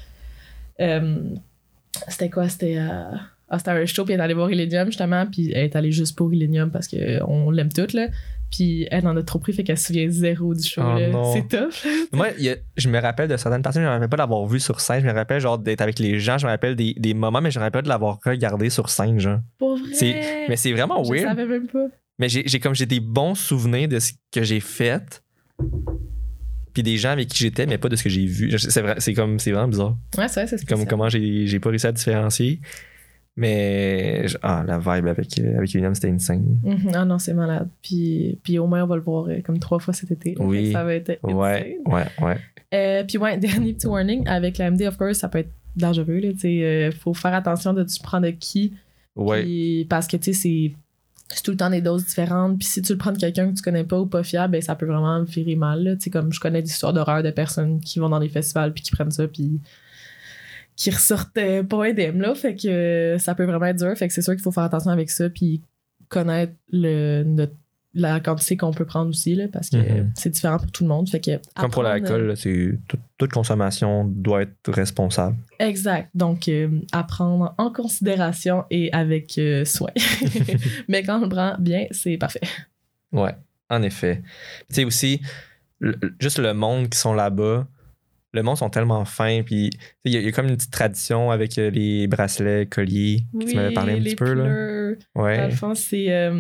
c'était quoi? C'était un show, puis elle est allée voir Illenium, justement, puis elle est allée juste pour Illenium parce qu'on l'aime toutes, là. Puis elle en a trop pris, fait qu'elle se souvient zéro du show. C'est tough. Moi, je me rappelle de certaines personnes, je me rappelle pas l'avoir vu sur scène. Je me rappelle genre d'être avec les gens, je me rappelle des moments, mais je me rappelle de l'avoir regardé sur scène, genre. Pour vrai? Mais c'est vraiment weird. Je savais même pas. Mais j'ai des bons souvenirs de ce que j'ai fait. Puis des gens avec qui j'étais, mais pas de ce que j'ai vu. C'est vraiment bizarre. Ouais, c'est vrai, c'est spécial. Comme comment j'ai pas réussi à différencier. Mais la vibe avec Illenium, c'était insane. Ah non, c'est malade. Puis au moins, on va le voir comme 3 fois cet été. Oui. Ça va être ouais. Puis ouais, dernier petit warning, avec l'AMD, of course, ça peut être dangereux. Faut faire attention de tu prends de qui. Ouais. Puis, parce que tu sais, c'est tout le temps des doses différentes. Puis si tu le prends de quelqu'un que tu connais pas ou pas fiable, ben, ça peut vraiment me virer mal. Là. Comme je connais des histoires d'horreur de personnes qui vont dans des festivals puis qui prennent ça puis qui ressortent pas indemnes, là. Fait que ça peut vraiment être dur. Fait que c'est sûr qu'il faut faire attention avec ça puis connaître la quantité qu'on peut prendre aussi, là, parce que c'est différent pour tout le monde. Fait que comme pour l'alcool, c'est toute consommation doit être responsable. Exact. Donc, à prendre en considération et avec soin. Mais quand on le prend bien, c'est parfait. Ouais, en effet. Tu sais aussi, juste le monde qui sont là-bas, le monde sont tellement fins, puis il y a comme une petite tradition avec les bracelets, colliers, que tu m'avais parlé un petit peu, là. Ouais. Dans le fond, c'est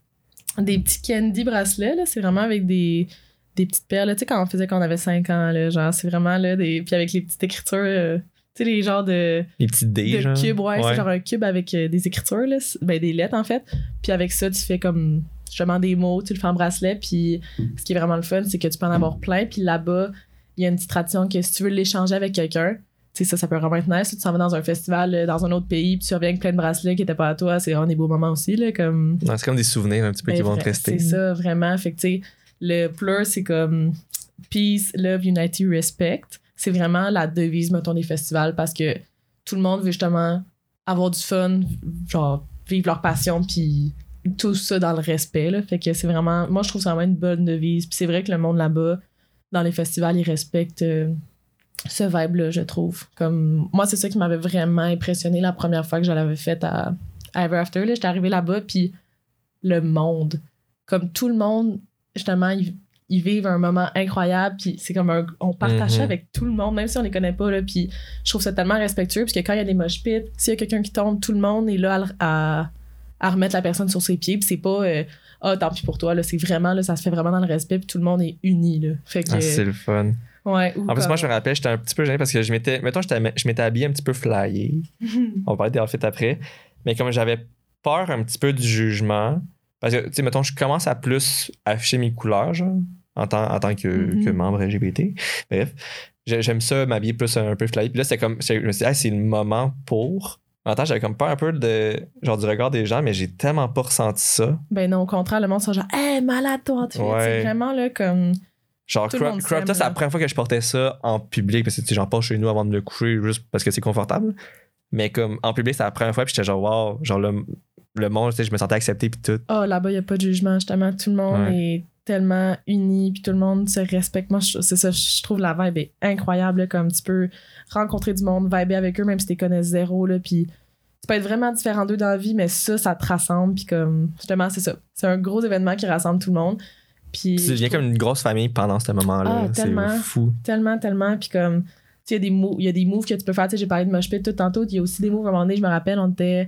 des petits candy bracelets, là. C'est vraiment avec des petites perles, là. Tu sais, quand on faisait quand on avait 5 ans, là, genre, c'est vraiment, là, puis avec les petites écritures, tu sais, les genres de... Les petites dés, genre. Cubes, ouais, c'est genre un cube avec des écritures, là. Ben, des lettres, en fait. Puis avec ça, tu fais comme, justement, des mots, tu le fais en bracelet, puis ce qui est vraiment le fun, c'est que tu peux en avoir plein, puis là-bas, il y a une petite tradition que si tu veux l'échanger avec quelqu'un, tu sais, ça peut vraiment être nice. Tu s'en vas dans un festival, dans un autre pays, puis tu reviens avec plein de bracelets qui n'étaient pas à toi. C'est vraiment des beaux moments aussi, là, comme... Non, c'est comme des souvenirs un petit peu qui vont te rester. C'est ça, vraiment. Fait que, tu sais, le pleur, c'est comme Peace, Love, Unity, Respect. C'est vraiment la devise, mettons, des festivals parce que tout le monde veut justement avoir du fun, genre, vivre leur passion, puis tout ça dans le respect, là. Fait que c'est vraiment... Moi, je trouve que c'est vraiment une bonne devise. Puis c'est vrai que le monde là-bas, dans les festivals, ils respectent ce vibe-là, je trouve. Comme, moi, c'est ça qui m'avait vraiment impressionné la première fois que je l'avais fait à Ever After. Là, j'étais arrivée là-bas, puis le monde, comme tout le monde, justement, ils vivent un moment incroyable, puis c'est comme on partage ça avec tout le monde, même si on les connaît pas, là, puis je trouve ça tellement respectueux, parce que quand il y a des mosh pits, s'il y a quelqu'un qui tombe, tout le monde est là à remettre la personne sur ses pieds, puis c'est pas tant pis pour toi, là, c'est vraiment, là, ça se fait vraiment dans le respect, puis tout le monde est uni, là. Fait que, c'est le fun. Ouais, en plus, moi, je me rappelle, j'étais un petit peu gêné parce que je m'étais habillé un petit peu flyé. On va parler des outfits après. Mais comme j'avais peur un petit peu du jugement, parce que, tu sais, mettons, je commence à plus afficher mes couleurs, genre, en tant que membre LGBT. Bref, j'aime ça, m'habiller plus un peu flyé. Puis là, c'est comme, je me suis dit, c'est le moment pour. En même temps, j'avais comme peur un peu genre du regard des gens, mais j'ai tellement pas ressenti ça. Ben non, au contraire, le monde sont genre, hey, malade, toi, tu c'est vraiment là comme. Genre, crop top, c'est la première fois que je portais ça en public, parce que j'en porte chez nous avant de me coucher, juste parce que c'est confortable. Mais comme en public, c'est la première fois, puis j'étais genre, wow, genre le monde, tu sais, je me sentais accepté, puis tout. Oh, là-bas, il n'y a pas de jugement, justement. Tout le monde est tellement uni, puis tout le monde se respecte. Moi, c'est ça, je trouve la vibe est incroyable, là, comme tu peux rencontrer du monde, vibrer avec eux, même si tu les connais zéro, là, puis tu peux être vraiment différent d'eux dans la vie, mais ça te rassemble, puis comme, justement, c'est ça. C'est un gros événement qui rassemble tout le monde. Puis tu deviens comme une grosse famille pendant ce moment-là. C'est fou. Tellement. Puis comme, tu sais, il y a des moves que tu peux faire. Tu sais, j'ai parlé de mosh pit tout tantôt. Il y a aussi des moves, à un moment donné, je me rappelle, on était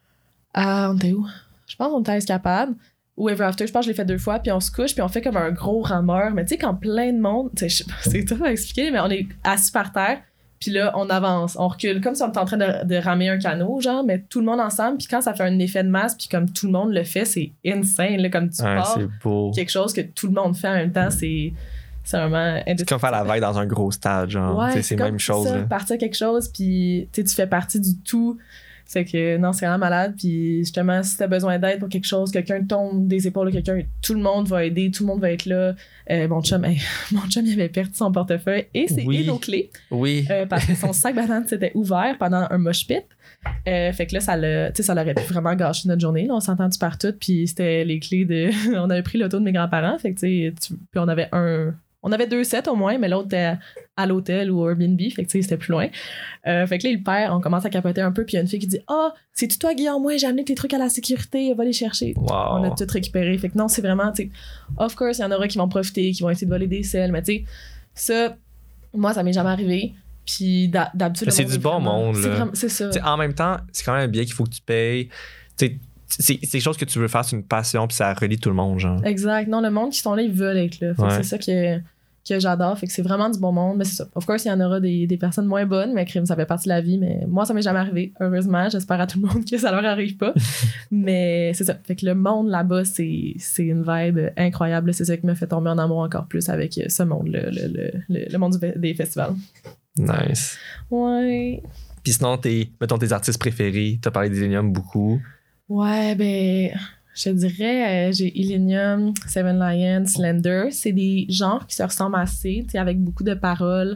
où? Je pense qu'on était à Escapade ou Ever After. Je pense que je l'ai fait 2 fois. Puis on se couche, puis on fait comme un gros rameur. Mais tu sais, quand plein de monde, c'est dur à expliquer, mais on est assis par terre. Puis là, on avance, on recule, comme si on était en train de ramer un canot, genre, mais tout le monde ensemble. Puis quand ça fait un effet de masse, puis comme tout le monde le fait, c'est insane, là, comme tu pars. C'est beau. Quelque chose que tout le monde fait en même temps, c'est vraiment... C'est comme faire la veille dans un gros stade, genre. Ouais, c'est la même chose. Ça, partir quelque chose, puis tu fais partie du tout. Fait que non, c'est vraiment malade. Puis justement, si t'as besoin d'aide pour quelque chose, quelqu'un tombe des épaules de quelqu'un, tout le monde va aider, tout le monde va être là. Mon chum, il avait perdu son portefeuille et nos clés. Oui. Parce que son sac banane s'était ouvert pendant un mosh pit. Fait que là, ça l'aurait pu vraiment gâcher notre journée. Là, on s'est entendu partout, puis c'était les clés de... on avait pris l'auto de mes grands-parents, fait que puis on avait 2 sets au moins, mais l'autre était à l'hôtel ou au Airbnb, fait que c'était plus loin. Fait que là, le père, on commence à capoter un peu, puis il y a une fille qui dit « Ah, c'est-tu toi, Guillaume? Moi, j'ai amené tes trucs à la sécurité, va les chercher. Wow. » On a tout récupéré. Fait que non, c'est vraiment, tu sais, of course, il y en aura qui vont profiter, qui vont essayer de voler des selles, mais tu sais, ça, moi, ça m'est jamais arrivé. Puis d'habitude, c'est du bon monde, là. C'est ça. T'sais, en même temps, c'est quand même un billet qu'il faut que tu payes. T'sais, c'est quelque chose que tu veux faire, c'est une passion, puis ça relie tout le monde, genre. Exact. Non, le monde qui sont là, ils veulent être là. Fait que c'est ça que j'adore. Fait que c'est vraiment du bon monde. Mais c'est ça. Of course, il y en aura des personnes moins bonnes, mais crime, ça fait partie de la vie. Mais moi, ça m'est jamais arrivé. Heureusement, j'espère à tout le monde que ça leur arrive pas. Mais c'est ça. Fait que le monde là-bas, c'est une vibe incroyable. C'est ça qui me fait tomber en amour encore plus avec ce monde-là, le monde des festivals. Nice. Ouais. Puis sinon, mettons tes artistes préférés. T'as parlé d'Illenium beaucoup. Ouais, ben... Je dirais, j'ai Illenium, Seven Lions, Slender. C'est des genres qui se ressemblent assez, tu sais, avec beaucoup de paroles.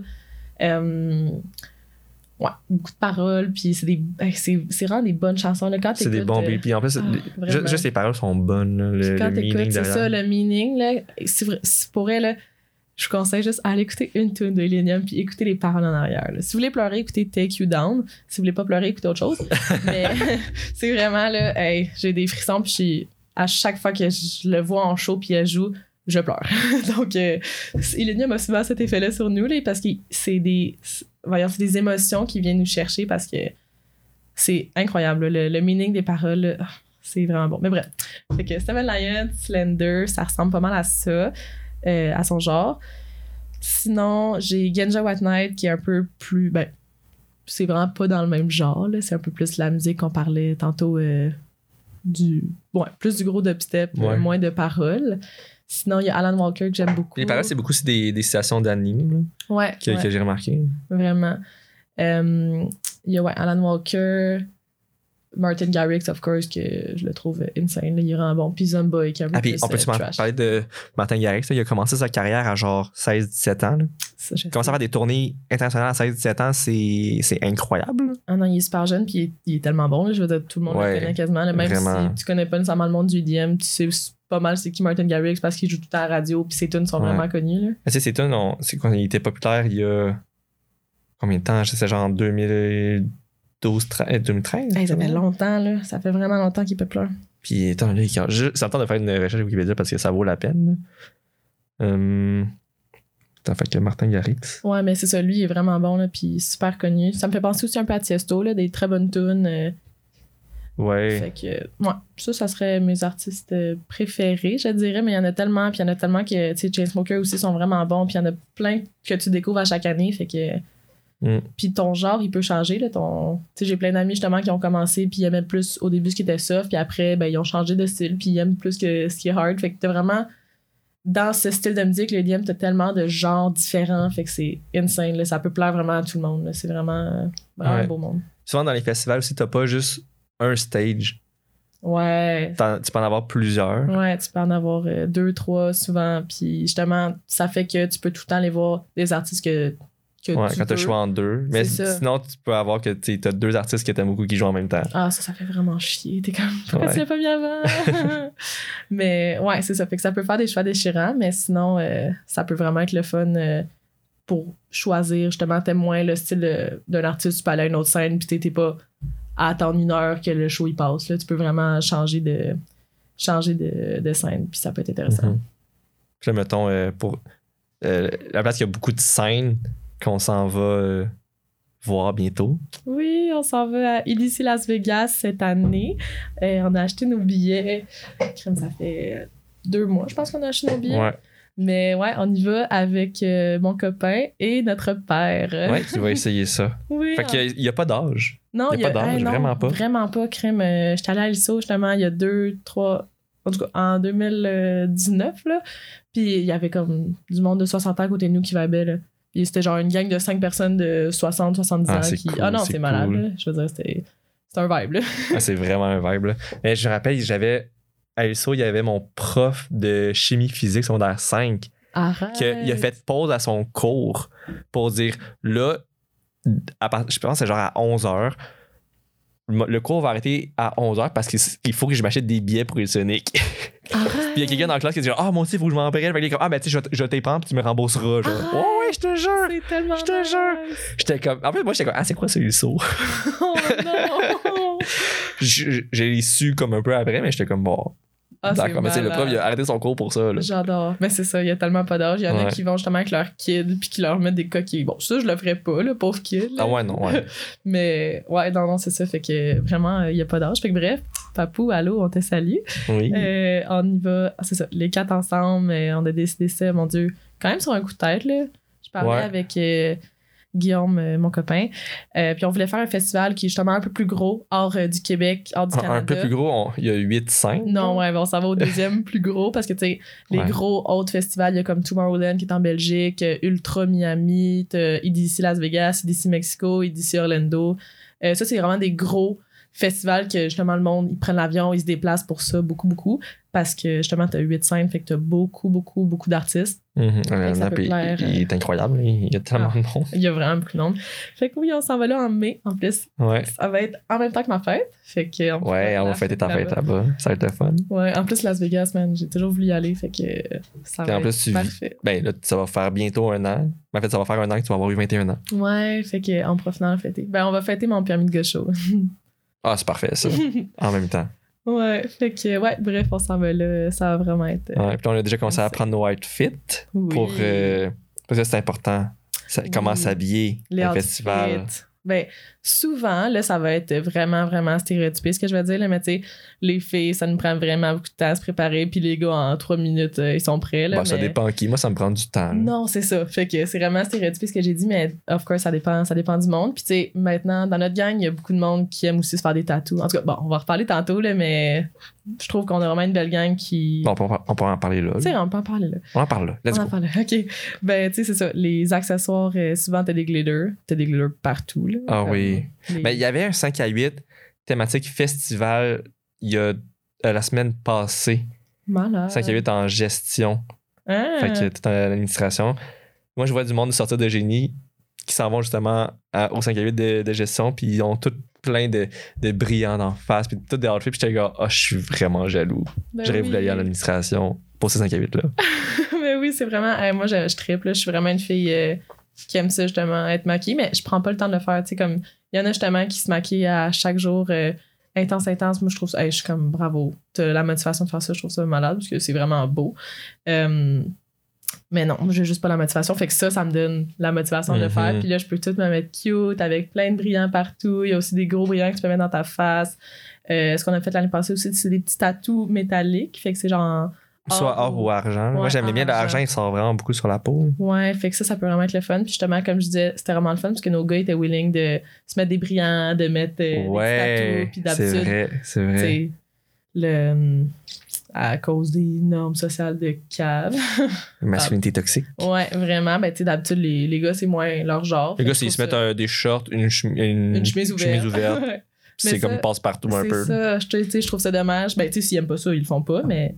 Ouais, beaucoup de paroles. Puis c'est vraiment des bonnes chansons. Là, quand c'est des bons beats. Puis en plus, juste les paroles sont bonnes. Là, le meaning c'est ça, le meaning. Là, c'est pour elle, là, je vous conseille juste aller écouter une tune de Illenium puis écouter les paroles en arrière. Là. Si vous voulez pleurer, écoutez Take You Down. Si vous voulez pas pleurer, écoutez autre chose. Mais c'est vraiment là, hey, j'ai des frissons puis à chaque fois que je le vois en show puis elle joue, je pleure. Donc Illenium a souvent cet effet-là sur nous là, parce que c'est des émotions qui viennent nous chercher parce que c'est incroyable. Là, le meaning des paroles, là, c'est vraiment bon. Mais bref, fait que Seven Lions, Slender, ça ressemble pas mal à ça. À son genre. Sinon, j'ai Genja White Knight qui est un peu plus... Ben, c'est vraiment pas dans le même genre. Là. C'est un peu plus la musique qu'on parlait tantôt plus du gros dubstep, moins de paroles. Sinon, il y a Alan Walker que j'aime beaucoup. Les paroles, c'est beaucoup des citations d'anime que j'ai remarqué. Vraiment. Il y a Alan Walker... Martin Garrix, of course, que je le trouve insane. Là, il est vraiment bon. Puis Zomboy, qui est un peu plus on peut parler de Martin Garrix. Là, il a commencé sa carrière à genre 16-17 ans. Il a commencé à faire des tournées internationales à 16-17 ans. C'est incroyable. Ah non, il est super jeune puis il est tellement bon. Là, je veux dire, tout le monde le connaît quasiment. Là, même vraiment. Si tu connais pas nécessairement le monde du EDM, tu sais pas mal c'est qui Martin Garrix parce qu'il joue tout le temps à la radio puis ses tunes sont vraiment connues. Là. Tu sais, ses tunes, c'est quand il était populaire il y a combien de temps? Je sais, genre en 2013. Hey, ça fait longtemps, là. Ça fait vraiment longtemps qu'il est populaire. Puis, attends, là, c'est le temps de faire une recherche Wikipédia parce que ça vaut la peine. Fait que Martin Garrix. Ouais, mais c'est ça, lui, il est vraiment bon, là, puis super connu. Ça me fait penser aussi un peu à Tiesto, là, des très bonnes tunes. Ouais. Fait que, ça serait mes artistes préférés, je dirais, mais il y en a tellement, puis il y en a tellement que, tu sais, Chainsmokers aussi sont vraiment bons, puis il y en a plein que tu découvres à chaque année, fait que. Puis ton genre, il peut changer. Là, tu sais, j'ai plein d'amis justement qui ont commencé puis ils aimaient plus au début ce qui était soft, puis après, ben, ils ont changé de style puis ils aiment plus que ce qui est hard. Fait que t'as vraiment dans ce style de musique, le EDM, t'as tellement de genres différents, fait que c'est insane. Là, ça peut plaire vraiment à tout le monde. Là. C'est vraiment un beau monde. Souvent, dans les festivals aussi, t'as pas juste un stage. Ouais. Tu peux en avoir plusieurs. Ouais, tu peux en avoir 2, 3 souvent. Puis justement, ça fait que tu peux tout le temps aller voir des artistes que tu quand t'as le choix en 2. Mais sinon, tu peux avoir que t'as 2 artistes que t'aimes beaucoup qui jouent en même temps. Ah, ça fait vraiment chier. T'es comme, pourquoi tu l'as pas mis avant? Mais ouais, c'est ça. Fait que ça peut faire des choix déchirants, mais sinon, ça peut vraiment être le fun pour choisir. Justement, t'aimes moins le style d'un artiste, tu peux aller à une autre scène, puis t'es pas à attendre 1 heure que le show il passe. Là. Tu peux vraiment changer de scène, puis ça peut être intéressant. Mm-hmm. Puis là, mettons, pour la place, il y a beaucoup de scènes qu'on s'en va voir bientôt. Oui, on s'en va à EDC Las Vegas cette année. On a acheté nos billets. Ça fait 2 mois, je pense qu'on a acheté nos billets. Ouais. Mais ouais, on y va avec mon copain et notre père. Ouais, qui va essayer ça. Oui. Fait qu'il n'y a pas d'âge. Non, il n'y a pas d'âge, non, vraiment pas. Vraiment pas, crème. J'étais allée à l'ISO justement il y a 2, 3... En tout cas, en 2019, là. Puis il y avait comme du monde de 60 ans à côté de nous qui vibait, là. Puis c'était genre une gang de 5 personnes de 60, 70 ans qui... Cool, non, c'est malade, cool. là. Je veux dire, c'est un vibe, là. C'est vraiment un vibe, là. Mais je me rappelle, à l'ISO, il y avait mon prof de chimie physique secondaire 5 qui a fait pause à son cours pour dire, là, je pense que c'est genre à 11h, le cours va arrêter à 11h parce qu'il faut que je m'achète des billets pour le Sonic. Puis il y a quelqu'un dans la classe qui dit moi aussi, il faut que je m'en prenne. Fait qu'il est comme, ben tu sais, je t'y prends puis tu me rembourseras. Genre, ouais, je te jure. C'est tellement Je te jure. J'étais comme, en fait, moi, j'étais comme, c'est quoi ce ISO? Oh non! J'ai su comme un peu après, mais j'étais comme, bon. D'accord, mais c'est le prof, il a arrêté son cours pour ça. Là. J'adore. Mais c'est ça, il y a tellement pas d'âge. Il y en a qui vont justement avec leur kid puis qui leur mettent des coquilles. Bon, ça, je le ferais pas, le pauvre kid. Là. Ah ouais, non, ouais. Mais ouais, non, c'est ça. Fait que vraiment, il y a pas d'âge. Fait que bref, Papou, allô, on te salue. Oui. On y va, c'est ça, les 4 ensemble. On a décidé ça, mon Dieu, quand même sur un coup de tête, là. Je parlais avec Guillaume, mon copain. Puis on voulait faire un festival qui est justement un peu plus gros, hors du Québec, hors du Canada. Un peu plus gros, il y a 8 scènes. Non, ouais, on s'en va au deuxième plus gros parce que, tu sais, les gros autres festivals, il y a comme Tomorrowland qui est en Belgique, Ultra Miami, EDC Las Vegas, EDC Mexico, EDC Orlando. Ça, c'est vraiment des gros festivals que, justement, le monde, ils prennent l'avion, ils se déplacent pour ça, beaucoup, beaucoup. Parce que, justement, t'as 8 scènes, fait que t'as beaucoup, beaucoup, beaucoup d'artistes. Ça peut plaire, il est incroyable, il y a tellement de monde. Il y a vraiment beaucoup de monde. Fait que oui, on s'en va là en mai, en plus. Ouais. Ça va être en même temps que ma fête. Fait que on va fêter ta fête là-bas. Ça va être fun. Ouais, en plus, Las Vegas, man, j'ai toujours voulu y aller, fait que ça va être parfait. Ben là, ça va faire bientôt 1 an. En fait, ça va faire 1 an que tu vas avoir eu 21 ans. Ouais, fait que en profitant de fêter. Ben, on va fêter mon permis de gaucho. Ah, c'est parfait, ça. En même temps. Ouais, fait que, ouais, bref, on s'en va là. Ça va vraiment être. Ouais, puis on a déjà commencé à prendre nos outfits pour. Parce que c'est important. Comment s'habiller au festival. Ben, souvent, là, ça va être vraiment, vraiment stéréotypé, ce que je veux dire, là, mais tu sais, les filles, ça nous prend vraiment beaucoup de temps à se préparer, puis les gars, en 3 minutes, ils sont prêts, là. Bah, ça dépend qui. Moi, ça me prend du temps. Là. Non, c'est ça. Fait que c'est vraiment stéréotypé ce que j'ai dit, mais of course, ça dépend du monde. Puis tu sais, maintenant, dans notre gang, il y a beaucoup de monde qui aime aussi se faire des tatous. En tout cas, bon, on va reparler tantôt, là, mais je trouve qu'on a vraiment une belle gang qui... Bon, on peut en parler là. Tu sais, on peut en parler là. On en parle là. Let's go. On en parle là. OK. Ben, tu sais, c'est ça. Les accessoires, souvent, t'as des glitters. T'as des glitters partout, là. Ah oui. Ben, il y avait un 5 à 8 thématique festival il y a la semaine passée. Malade. 5 à 8 en gestion. Ah. Fait que tout en administration. Moi, je vois du monde sortir de génie qui s'en vont justement au 5 à 8 de gestion, puis ils ont tout plein de brillants en face, puis tout des outfits, puis j'étais là, je suis vraiment jaloux. Ben J'aurais voulu aller en administration pour ces 5 à 8 là. Mais oui, c'est vraiment. Moi, je triple. Je suis vraiment une fille qui aime ça, justement, être maquillée, mais je prends pas le temps de le faire. Tu sais, comme, il y en a justement qui se maquillent à chaque jour intense. Moi, je trouve ça. Je suis comme bravo. T'as la motivation de faire ça, je trouve ça malade, parce que c'est vraiment beau. Mais non, j'ai juste pas la motivation. Fait que ça me donne la motivation de le faire. Puis là, je peux tout me mettre cute avec plein de brillants partout. Il y a aussi des gros brillants que tu peux mettre dans ta face. Ce qu'on a fait l'année passée aussi, c'est des petits tatous métalliques. Fait que c'est genre. Soit or ou argent. Ouais, moi, j'aimais bien l'argent, il sort vraiment beaucoup sur la peau. Ouais, fait que ça peut vraiment être le fun. Puis justement, comme je disais, c'était vraiment le fun parce que nos gars étaient willing de se mettre des brillants, de mettre des tatous. Puis d'habitude, c'est vrai. à cause des normes sociales de cave. Masculinité toxique. Ouais, vraiment. Ben, tu sais, d'habitude, les gars, c'est moins leur genre. Les gars, ils se mettent des shorts, une chemise ouverte. C'est Mais comme passe-partout un peu. C'est ça. Je trouve ça dommage. Ben, tu sais, s'ils aiment pas ça, ils le font pas, mais.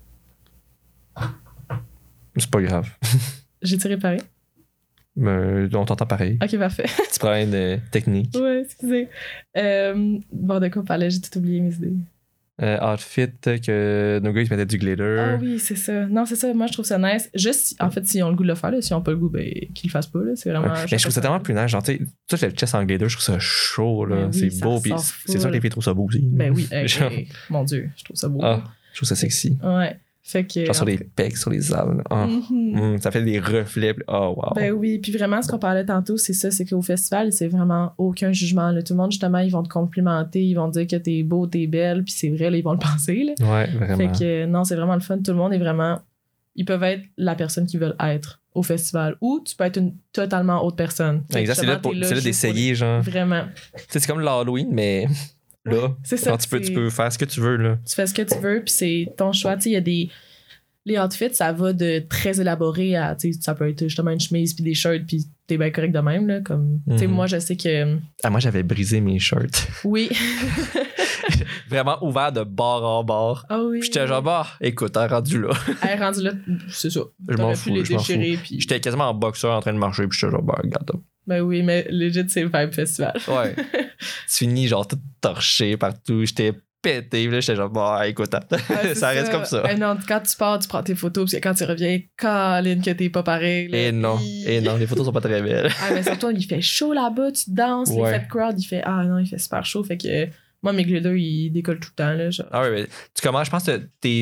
C'est pas grave. J'ai-tu réparé? Mais on t'entend pareil. Ok, parfait. Petit problème de technique. Ouais, excusez. Bon, de quoi on parlait? J'ai tout oublié mes idées. Outfit que nos gars, ils se mettaient du glitter. Ah oui, c'est ça. Non, c'est ça. Moi, je trouve ça nice. Juste, en fait, s'ils ont le goût de le faire, là, s'ils n'ont pas le goût, ben, qu'ils le fassent pas. Là. C'est vraiment. Ouais. Mais je trouve ça tellement plus nice. Genre, tu sais, tout le chest en glitter, je trouve ça chaud. Là. Oui, c'est beau. Puis c'est sûr que les filles trouvent ça beau aussi. Ben oui. Genre... mon Dieu, je trouve ça beau. Ah, je trouve ça sexy. Ouais. Fait que, genre sur les pecs, sur les arbres. Oh. Ça fait des reflets. Oh, wow. Ben oui, puis vraiment, ce qu'on parlait tantôt, c'est ça, c'est qu'au festival, c'est vraiment aucun jugement. Là. Tout le monde, justement, ils vont te complimenter, ils vont te dire que t'es beau, t'es belle, puis c'est vrai, là, ils vont le penser. Là. Ouais, vraiment. Fait que non, c'est vraiment le fun. Tout le monde est vraiment... Ils peuvent être la personne qu'ils veulent être au festival. Ou tu peux être une totalement autre personne. Exact, c'est là d'essayer, genre. Vraiment. Tu sais, c'est comme l'Halloween, mais... Là, c'est ça, tu peux faire ce que tu veux. Là. Tu fais ce que tu veux, puis c'est ton choix. Tu sais, il y a des... Les outfits, ça va de très élaboré à... Tu sais, ça peut être justement une chemise puis des shirts, puis t'es bien correct de même. Là, comme, tu sais, moi, je sais que... Ah, moi, j'avais brisé mes shirts. Oui. Vraiment ouvert de bord en bord. Ah oui. Puis j'étais genre, bah, écoute, rendu là. Rendu là, c'est ça. Je m'en fous. les déchirer. Puis... J'étais quasiment en boxeur en train de marcher, puis j'étais genre, bah, regarde. Ben oui, mais legit, c'est le vibe festival. Ouais. Tu finis genre tout torché partout. J'étais pété, puis là, j'étais genre, bah, écoute, ça reste comme ça. Ben non, quand tu pars, tu prends tes photos, puis quand tu reviens, Caroline, que t'es pas pareil. Là, et non, les photos sont pas très belles. Ah, mais surtout, il fait chaud là-bas, tu danses, les fêtes crowd, il fait, il fait super chaud, fait que moi, mes glitters, ils décollent tout le temps, là. Genre. Ah oui, mais tu commences, je pense que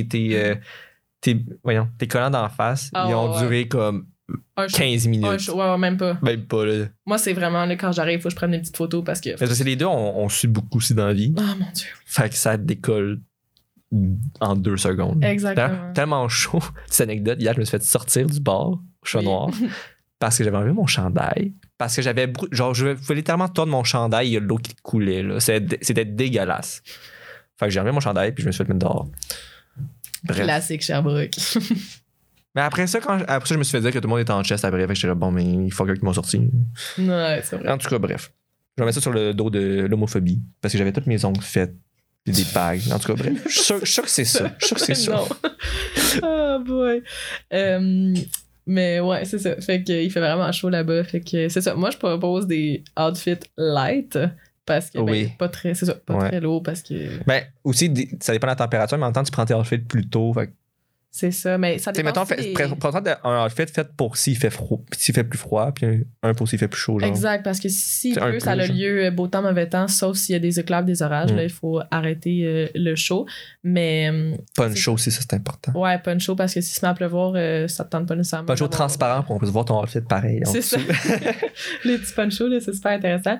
tes collants d'en face, ils ont duré comme 15 minutes. Ouais, même pas. Même pas, là. Moi, c'est vraiment, là, quand j'arrive, il faut que je prenne des petites photos parce que... Parce que les deux, on sue beaucoup aussi dans la vie. Ah, mon Dieu. Fait que ça décolle en 2 secondes. Exactement. Tellement chaud. Cette anecdote, hier, je me suis fait sortir du bar au chat noir parce que j'avais enlevé mon chandail. Parce que j'avais... Genre, je pouvais littéralement tordre mon chandail, il y a de l'eau qui coulait, là. C'était dégueulasse. Fait que j'ai enlevé mon chandail, puis je me suis fait mettre dehors. Bref. Classique Sherbrooke. Mais après ça, je me suis fait dire que tout le monde était en chest après. Fait que j'étais là, bon, mais il faut qu'ils m'ont sorti. Ouais, c'est vrai. En tout cas, bref. Je vais mettre ça sur le dos de l'homophobie. Parce que j'avais toutes mes ongles faites. Des bagues. En tout cas, bref. Je suis sûr que c'est ça. Je suis sûr que c'est ça. Oh boy. Mais ouais, c'est ça. Fait qu'il fait vraiment chaud là-bas. Fait que c'est ça. Moi, je propose des outfits light. Parce que, pas très, c'est ça, pas très lourd. Parce que. Ben, aussi, ça dépend de la température, mais en même temps, tu prends tes outfits plus tôt. Fait c'est ça, mais ça dépend. Mettons, un outfit fait pour s'il fait froid, s'il fait plus froid, puis un pour s'il fait plus chaud. Genre. Exact, parce que s'il pleut, ça a lieu beau temps, mauvais temps, sauf s'il y a des éclairs, des orages. Là, il faut arrêter le chaud. Mais. Punch aussi, ça, c'est important. Ouais, punch chaud, parce que si se met à pleuvoir, ça te tente pas nécessairement. Punch chaud transparent pour qu'on puisse voir ton outfit pareil. C'est ça. Les petits punch chauds, c'est super intéressant.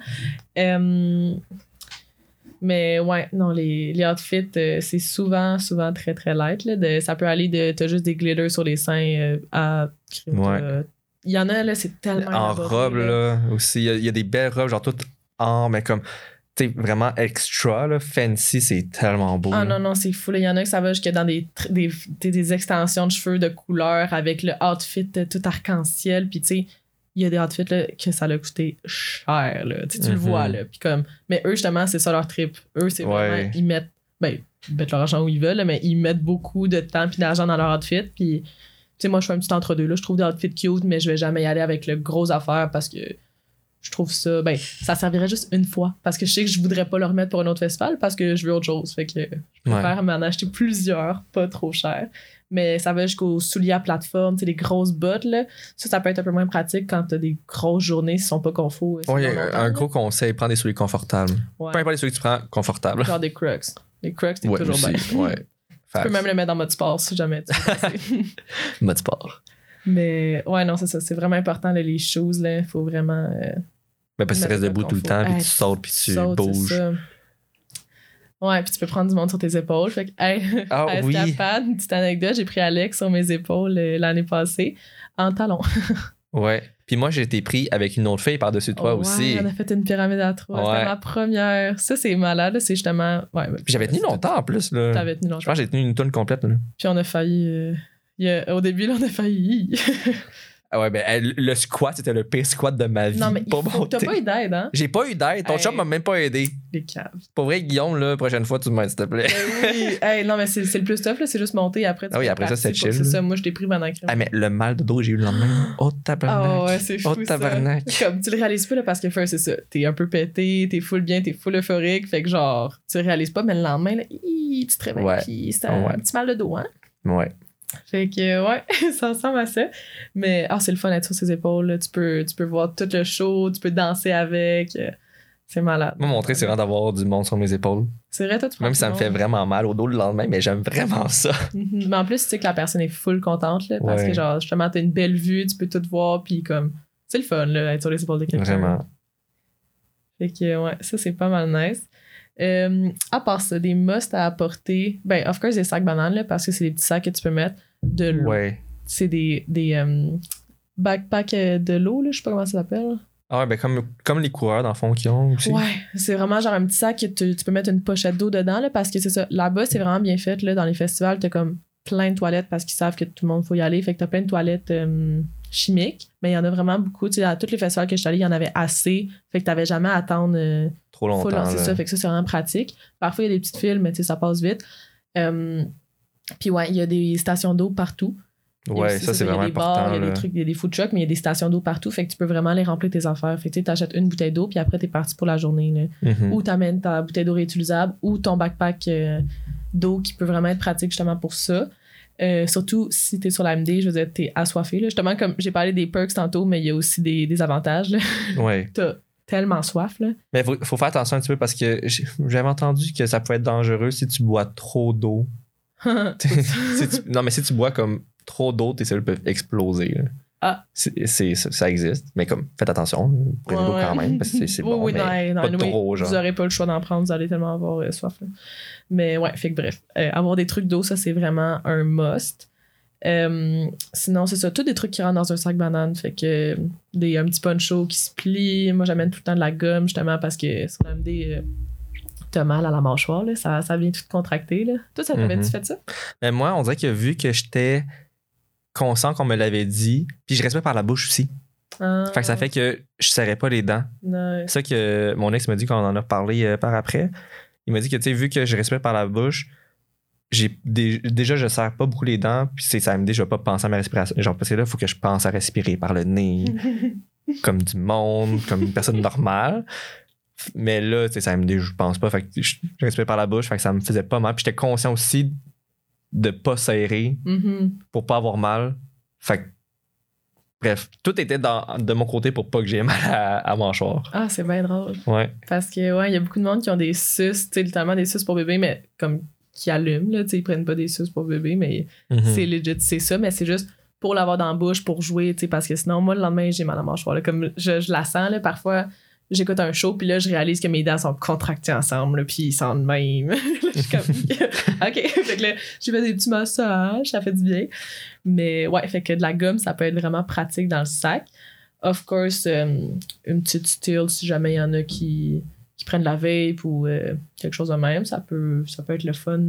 Mais ouais, non, les outfits, c'est souvent très, très light. Là, ça peut aller de t'as juste des glitters sur les seins à... Il y en a, là, c'est tellement en élaboré, robe, là, aussi. Il y a des belles robes, genre toutes en, mais comme... Tu sais, vraiment extra, là, fancy, c'est tellement beau. Ah non, c'est fou. Il y en a que ça va jusqu'à dans des extensions de cheveux de couleur avec le outfit tout arc-en-ciel. Puis tu sais, il y a des outfits là, que ça l'a coûté cher. Là. Tu le vois. Là. Puis comme, mais eux, justement, c'est ça leur trip. Eux, c'est vraiment... Ils mettent leur argent où ils veulent, là, mais ils mettent beaucoup de temps et d'argent dans leur outfit. Puis, tu sais, moi, je fais un petit entre-deux. Là. Je trouve des outfits cute, mais je vais jamais y aller avec le gros affaire parce que je trouve ça... ça servirait juste une fois. Parce que je sais que je voudrais pas le remettre pour un autre festival parce que je veux autre chose. Fait que je préfère m'en acheter plusieurs, pas trop cher. Mais ça va jusqu'aux souliers à plateforme, les grosses bottes. Là. Ça peut être un peu moins pratique quand t'as des grosses journées qui sont pas confos. Oui, un gros conseil, prends des souliers confortables. Ouais. Peu importe les souliers que tu prends, confortables. Genre des Crocs. Les Crocs, t'es toujours bien. Ouais. Tu peux même le mettre dans mode sport si jamais tu veux. Mode sport. Mais ouais, non, c'est ça. C'est vraiment important, là, les shoes. Il faut vraiment... parce que tu restes debout tout le temps, puis tu sautes, puis tu bouges. Ouais, puis tu peux prendre du monde sur tes épaules. Fait que, à Escapade, une petite anecdote, j'ai pris Alex sur mes épaules l'année passée en talons. Ouais. Puis moi, j'ai été pris avec une autre fille par-dessus toi aussi. On a fait une pyramide à 3. Ouais. C'était ma première. Ça, c'est malade. Là. C'est justement. Ouais, Puis j'avais tenu longtemps en plus. Là. T'avais tenu longtemps. Je pense que j'ai tenu une tonne complète. Là. Puis on a failli. Au début, là, on a failli. Ah ouais, ben le squat, c'était le pire squat de ma vie. Non, mais t'as pas eu d'aide, hein? J'ai pas eu d'aide. Ton chum m'a même pas aidé. Les caves. Pour vrai, Guillaume, la prochaine fois, tu m'aides, s'il te plaît. Oui. Non, mais c'est le plus tough, là. C'est juste monter après. Ah oui, après ça, c'est chill. C'est ça. Moi, je t'ai pris pendant que. Ah, mais le mal de dos, j'ai eu le lendemain. Oh, tabarnak. Ah ouais, c'est fou. Oh, tabarnak. Ça. Comme tu le réalises pas, là, parce que c'est ça. T'es un peu pété, t'es full bien, t'es full euphorique. Fait que genre, tu le réalises pas, mais le lendemain, là, tu te réveilles. Ouais. Puis c'est un petit mal de dos, hein? Ouais. Fait que, ouais, ça ressemble à ça. Mais, c'est le fun d'être sur ses épaules. Là. Tu peux voir tout le show, tu peux danser avec. C'est malade. Moi, mon truc, c'est vraiment d'avoir du monde sur mes épaules. C'est vrai, toi, tu prends même si ça me fait vraiment mal au dos le lendemain, mais j'aime vraiment ça. Mais en plus, tu sais que la personne est full contente, là, parce que, genre, justement, t'as une belle vue, tu peux tout voir, puis comme, c'est le fun, là, être sur les épaules de quelqu'un. Vraiment. Fait que, ouais, ça, c'est pas mal nice. À part ça, des musts à apporter. Ben, of course, des sacs bananes, là, parce que c'est des petits sacs que tu peux mettre de l'eau. Ouais. C'est des backpacks de l'eau, là, je sais pas comment ça s'appelle. Ah ouais, ben comme les coureurs, dans le fond, qui ont aussi. Ouais, c'est vraiment genre un petit sac que tu peux mettre une pochette d'eau dedans, là, parce que c'est ça. Là-bas, c'est vraiment bien fait, là, dans les festivals, t'as comme plein de toilettes parce qu'ils savent que tout le monde faut y aller. Fait que t'as plein de toilettes chimiques, mais il y en a vraiment beaucoup. Tu sais, à tous les festivals que je suis allée, il y en avait assez. Fait que t'avais jamais à attendre trop longtemps. C'est ça, fait que ça, c'est vraiment pratique. Parfois, il y a des petites files, mais tu sais, ça passe vite. Puis ouais, il y a des stations d'eau partout. Ouais, ça, c'est vraiment important. Il y a des food trucks, mais il y a des stations d'eau partout. Fait que tu peux vraiment aller remplir tes affaires. Fait que tu t'achètes une bouteille d'eau, puis après, t'es parti pour la journée. Là. Ou t'amènes ta bouteille d'eau réutilisable, ou ton backpack d'eau qui peut vraiment être pratique justement pour ça. Surtout si t'es sur la MD, je veux dire, t'es assoiffé. Là. Justement, comme j'ai parlé des perks tantôt, mais il y a aussi des avantages. Là. Ouais. T'as tellement soif. Là. Mais faut faire attention un petit peu parce que j'avais entendu que ça pouvait être dangereux si tu bois trop d'eau. Non, mais si tu bois comme trop d'eau, tes cellules peuvent exploser. Là. Ah. Ça existe, mais comme faites attention, prenez l'eau quand même parce que c'est bon, oui, mais non, pas trop, genre. Vous n'aurez pas le choix d'en prendre, vous allez tellement avoir soif. Là. Mais ouais, fait que bref, avoir des trucs d'eau, ça c'est vraiment un must. Sinon, c'est ça, tous des trucs qui rentrent dans un sac banane, fait que un petit poncho qui se plie. Moi, j'amène tout le temps de la gomme justement parce que sur la MD, t'as mal à la mâchoire, là, ça vient tout contracter. Là. Toi, ça t'avait-tu fait ça? Mais moi, on dirait que vu que j'étais conscient qu'on me l'avait dit, puis je respire par la bouche aussi. Fait que ça fait que je serrais pas les dents. Ouais. C'est ça que mon ex m'a dit quand on en a parlé par après. Il m'a dit que, tu sais, vu que je respire par la bouche, déjà, je serre pas beaucoup les dents, puis ça me dit, je vais pas penser à ma respiration. Genre, parce que là, il faut que je pense à respirer par le nez, comme du monde, comme une personne normale. Mais là, tu sais, ça me dit, je pense pas. Fait que je respire par la bouche, fait que ça me faisait pas mal. Puis j'étais conscient aussi de pas serrer pour pas avoir mal. Fait que, bref, tout était de mon côté pour pas que j'ai mal à mâchoire. Ah, c'est bien drôle. Ouais. Parce que, ouais, il y a beaucoup de monde qui ont des suces, tu sais, littéralement des suces pour bébé, mais comme qui allument, là, tu sais, ils prennent pas des suces pour bébé, mais c'est legit, c'est ça, mais c'est juste pour l'avoir dans la bouche, pour jouer, tu sais, parce que sinon, moi, le lendemain, j'ai mal à la mâchoire, là, comme je la sens, là, parfois, j'écoute un show, puis là, je réalise que mes dents sont contractées ensemble, là, puis ils sentent de même. Je suis comme, OK. Fait que là, j'ai fait des petits massages, ça fait du bien. Mais ouais, fait que de la gomme, ça peut être vraiment pratique dans le sac. Of course, une petite style, si jamais il y en a qui prennent de la vape ou quelque chose de même, ça peut être le fun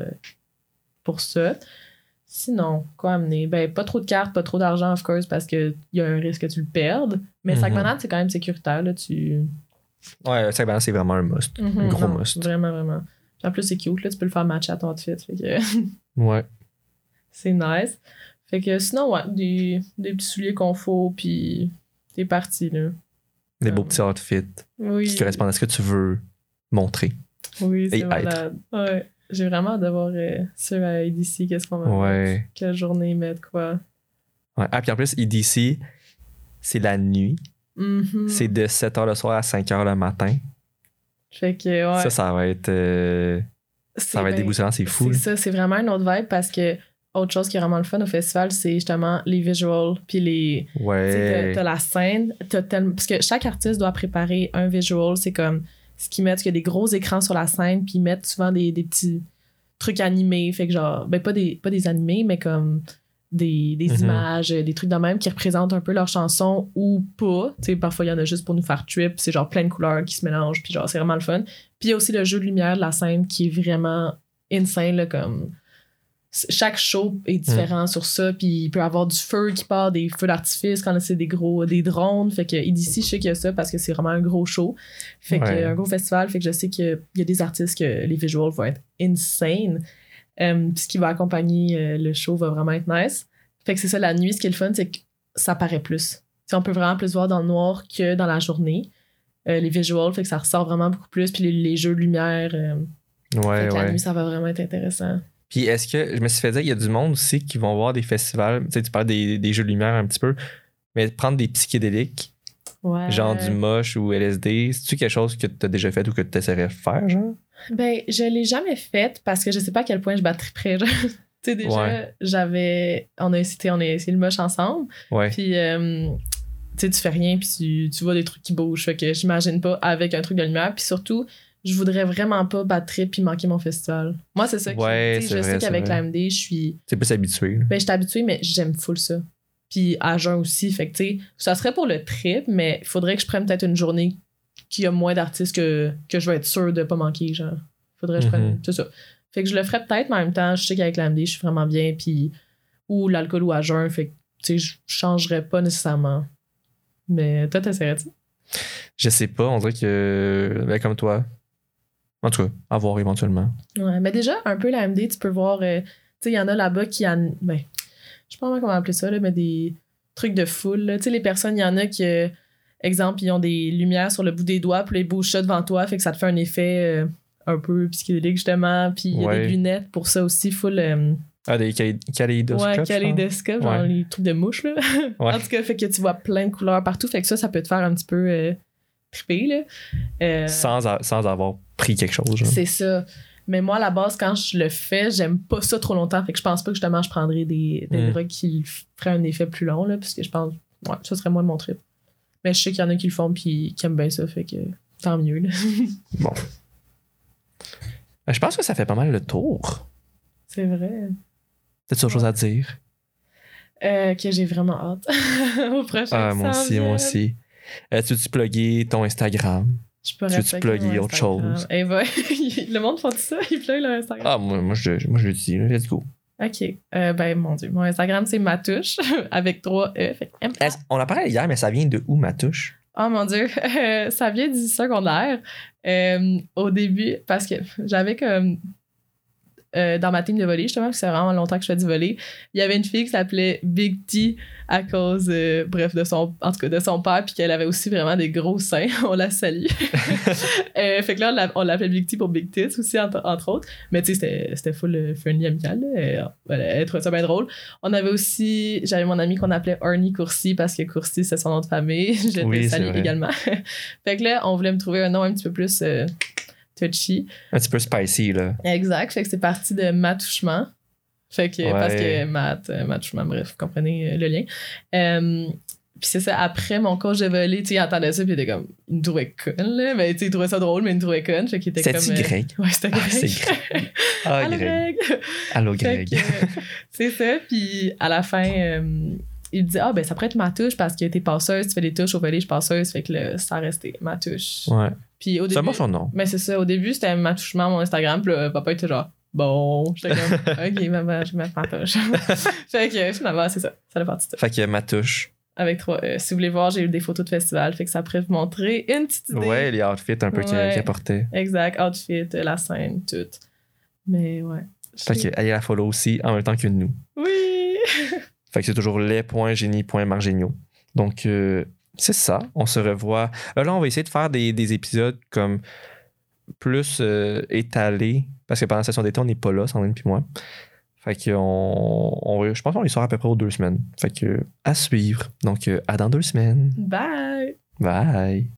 pour ça. Sinon, quoi amener? Ben, pas trop de cartes, pas trop d'argent, of course, parce qu'il y a un risque que tu le perdes. Mais sac banane, c'est quand même sécuritaire. Là, Ouais, le sac banane, c'est vraiment un must. Un gros must. Vraiment, vraiment. Puis en plus, c'est cute. Là, tu peux le faire matcher à ton outfit. Fait que ouais. C'est nice. Fait que sinon, ouais, des petits souliers qu'on faut, puis t'es parti, là. Des beaux petits outfits qui correspondent à ce que tu veux montrer. Oui, c'est malade. Ouais. J'ai vraiment hâte de voir sur EDC, qu'est-ce qu'on va mettre, quelle journée ils mettent, quoi. Ouais. Ah, puis en plus, EDC, c'est la nuit. C'est de 7h le soir à 5h le matin. Fait que, ouais. Ça va être... ça va être dégoûtant, c'est fou. C'est ça, c'est vraiment un autre vibe parce que autre chose qui est vraiment le fun au festival, c'est justement les visuals, puis les... Ouais. T'as la scène, parce que chaque artiste doit préparer un visual, c'est comme... Ce qu'ils mettent, il y a des gros écrans sur la scène, puis ils mettent souvent des petits trucs animés. Fait que genre, ben pas des animés, mais comme des images, des trucs de même qui représentent un peu leur chanson ou pas. Tu sais, parfois, il y en a juste pour nous faire trip. C'est genre plein de couleurs qui se mélangent. Puis genre, c'est vraiment le fun. Puis il y a aussi le jeu de lumière de la scène qui est vraiment insane, là, comme... Chaque show est différent sur ça, puis il peut y avoir du feu qui part, des feux d'artifice quand c'est des drones. Fait que d'ici, je sais qu'il y a ça parce que c'est vraiment un gros show. Fait que un gros festival, fait que je sais qu'il y a des artistes que les visuals vont être insane. Puis ce qui va accompagner le show va vraiment être nice. Fait que c'est ça, la nuit, ce qui est le fun, c'est que ça paraît plus. T'sais, on peut vraiment plus voir dans le noir que dans la journée. Les visuals, fait que ça ressort vraiment beaucoup plus. Puis les jeux de lumière, fait que la nuit, ça va vraiment être intéressant. Puis est-ce que, je me suis fait dire, il y a du monde aussi qui vont voir des festivals, tu sais, tu parles des jeux de lumière un petit peu, mais prendre des psychédéliques, genre du moche ou LSD, c'est-tu quelque chose que tu as déjà fait ou que tu essaierais de faire, genre? Ben, je l'ai jamais fait parce que je sais pas à quel point je battriperais. Tu sais, déjà, on a essayé le moche ensemble. Ouais. Puis, tu sais, tu fais rien, puis tu vois des trucs qui bougent. Fait que j'imagine pas avec un truc de lumière. Puis surtout, je voudrais vraiment pas battre trip puis manquer mon festival. Moi, c'est ça qui je sais qu'avec l'AMD, je suis... T'es plus habitué. Ben, je suis habituée, mais j'aime full ça. Puis à jeun aussi. Fait que, tu sais, ça serait pour le trip, mais il faudrait que je prenne peut-être une journée qui a moins d'artistes que je vais être sûre de pas manquer, genre. Faudrait que je prenne... C'est ça. Fait que je le ferais peut-être, mais en même temps, je sais qu'avec l'AMD, je suis vraiment bien, puis... Ou l'alcool ou à jeun, fait que, tu sais, je changerais pas nécessairement. Mais toi, t'essaierais-tu? Je sais pas, on dirait que... Ben, comme toi... En tout cas, à voir éventuellement. Ouais, mais déjà, un peu l'AMD, tu peux voir... tu sais, il y en a là-bas qui... Ben, je sais pas comment appeler ça, là, mais des trucs de foule. Tu sais, les personnes, il y en a qui... exemple, ils ont des lumières sur le bout des doigts, puis ils bougent ça devant toi, fait que ça te fait un effet un peu psychédélique, justement. Puis il y a des lunettes pour ça aussi, full... des kaléidoscopes. Ouais, kaléidoscopes, genre les trucs de mouche, là. Ouais. En tout cas, fait que tu vois plein de couleurs partout, fait que ça peut te faire un petit peu triper, là. Sans avoir pris quelque chose, genre. C'est ça. Mais moi, à la base, quand je le fais, j'aime pas ça trop longtemps, fait que je pense pas que justement je prendrais des drogues qui feraient un effet plus long, là, parce que je pense, ça serait moins mon trip. Mais je sais qu'il y en a qui le font puis qui aiment bien ça, fait que tant mieux, là. Bon. Je pense que ça fait pas mal le tour. C'est vrai. T'as-tu autre chose à dire? Que j'ai vraiment hâte au prochain. Moi aussi. Tu veux-tu plugger ton Instagram? Je pourrais plugger autre chose? Eh ben, le monde fait ça, ils plug leur Instagram. Moi je le dis, let's go. OK. Ben, mon Dieu. Mon Instagram, c'est Matouche, avec 3 E. Fait on en parlait hier, mais ça vient de où, Matouche? Oh mon Dieu. Ça vient du secondaire. Au début, parce que j'avais comme... dans ma team de volley, justement, parce que c'est vraiment longtemps que je fais du volley, il y avait une fille qui s'appelait Big T à cause, de son père, puis qu'elle avait aussi vraiment des gros seins. On la salue. Fait que là, on l'appelait Big T pour Big Tits aussi, entre autres. Mais tu sais, c'était full friendly, amical. Elle trouvait ça bien drôle. J'avais mon ami qu'on appelait Arnie Courcy, parce que Courcy, c'est son nom de famille. Je te salue également. Fait que là, on voulait me trouver un nom un petit peu plus... touchy. Un petit peu spicy, là. Exact. Fait que c'est parti de Matouchement. Fait que, parce que Matouchement, bref, vous comprenez le lien. Puis c'est ça, après mon coach de volley, tu sais, il entendait ça, puis il était comme, il me trouvait conne, là. Mais tu sais, il trouvait ça drôle, mais il me trouvait conne. Fait qu'il était comme. C'est Greg. Ouais, c'était Greg. C'est Greg. Allô, Greg. Allô, Greg. C'est ça, puis à la fin, il me dit, ben ça pourrait être Matouche parce que t'es passeuse, tu fais des touches au volley, je suis passeuse. Fait que là, ça restait Matouche. Ouais. Puis au début. C'est bon son nom. Mais c'est ça, au début, c'était Matouchement, mon Instagram, puis là, papa était genre, bon, j'étais comme, ok, maman, je vais mettre Matouche. Fait que finalement, c'est ça. Ça a parti de ça. Fait que Matouche. Avec 3 E. Si vous voulez voir, j'ai eu des photos de festival, fait que ça pourrait vous montrer une petite idée. Ouais, les outfits un peu qu'elle portait. Exact, outfit, la scène, tout. Mais ouais. Fait que allez la follow aussi en même temps que nous. Oui! Fait que c'est toujours les.génie.margéniaux. Donc, c'est ça. On se revoit. Là, on va essayer de faire des épisodes comme plus étalés. Parce que pendant la session d'été, on n'est pas là, Sandrine puis moi. Fait que je pense qu'on les sort à peu près aux 2 semaines. Fait que à suivre. Donc, à dans 2 semaines. Bye! Bye!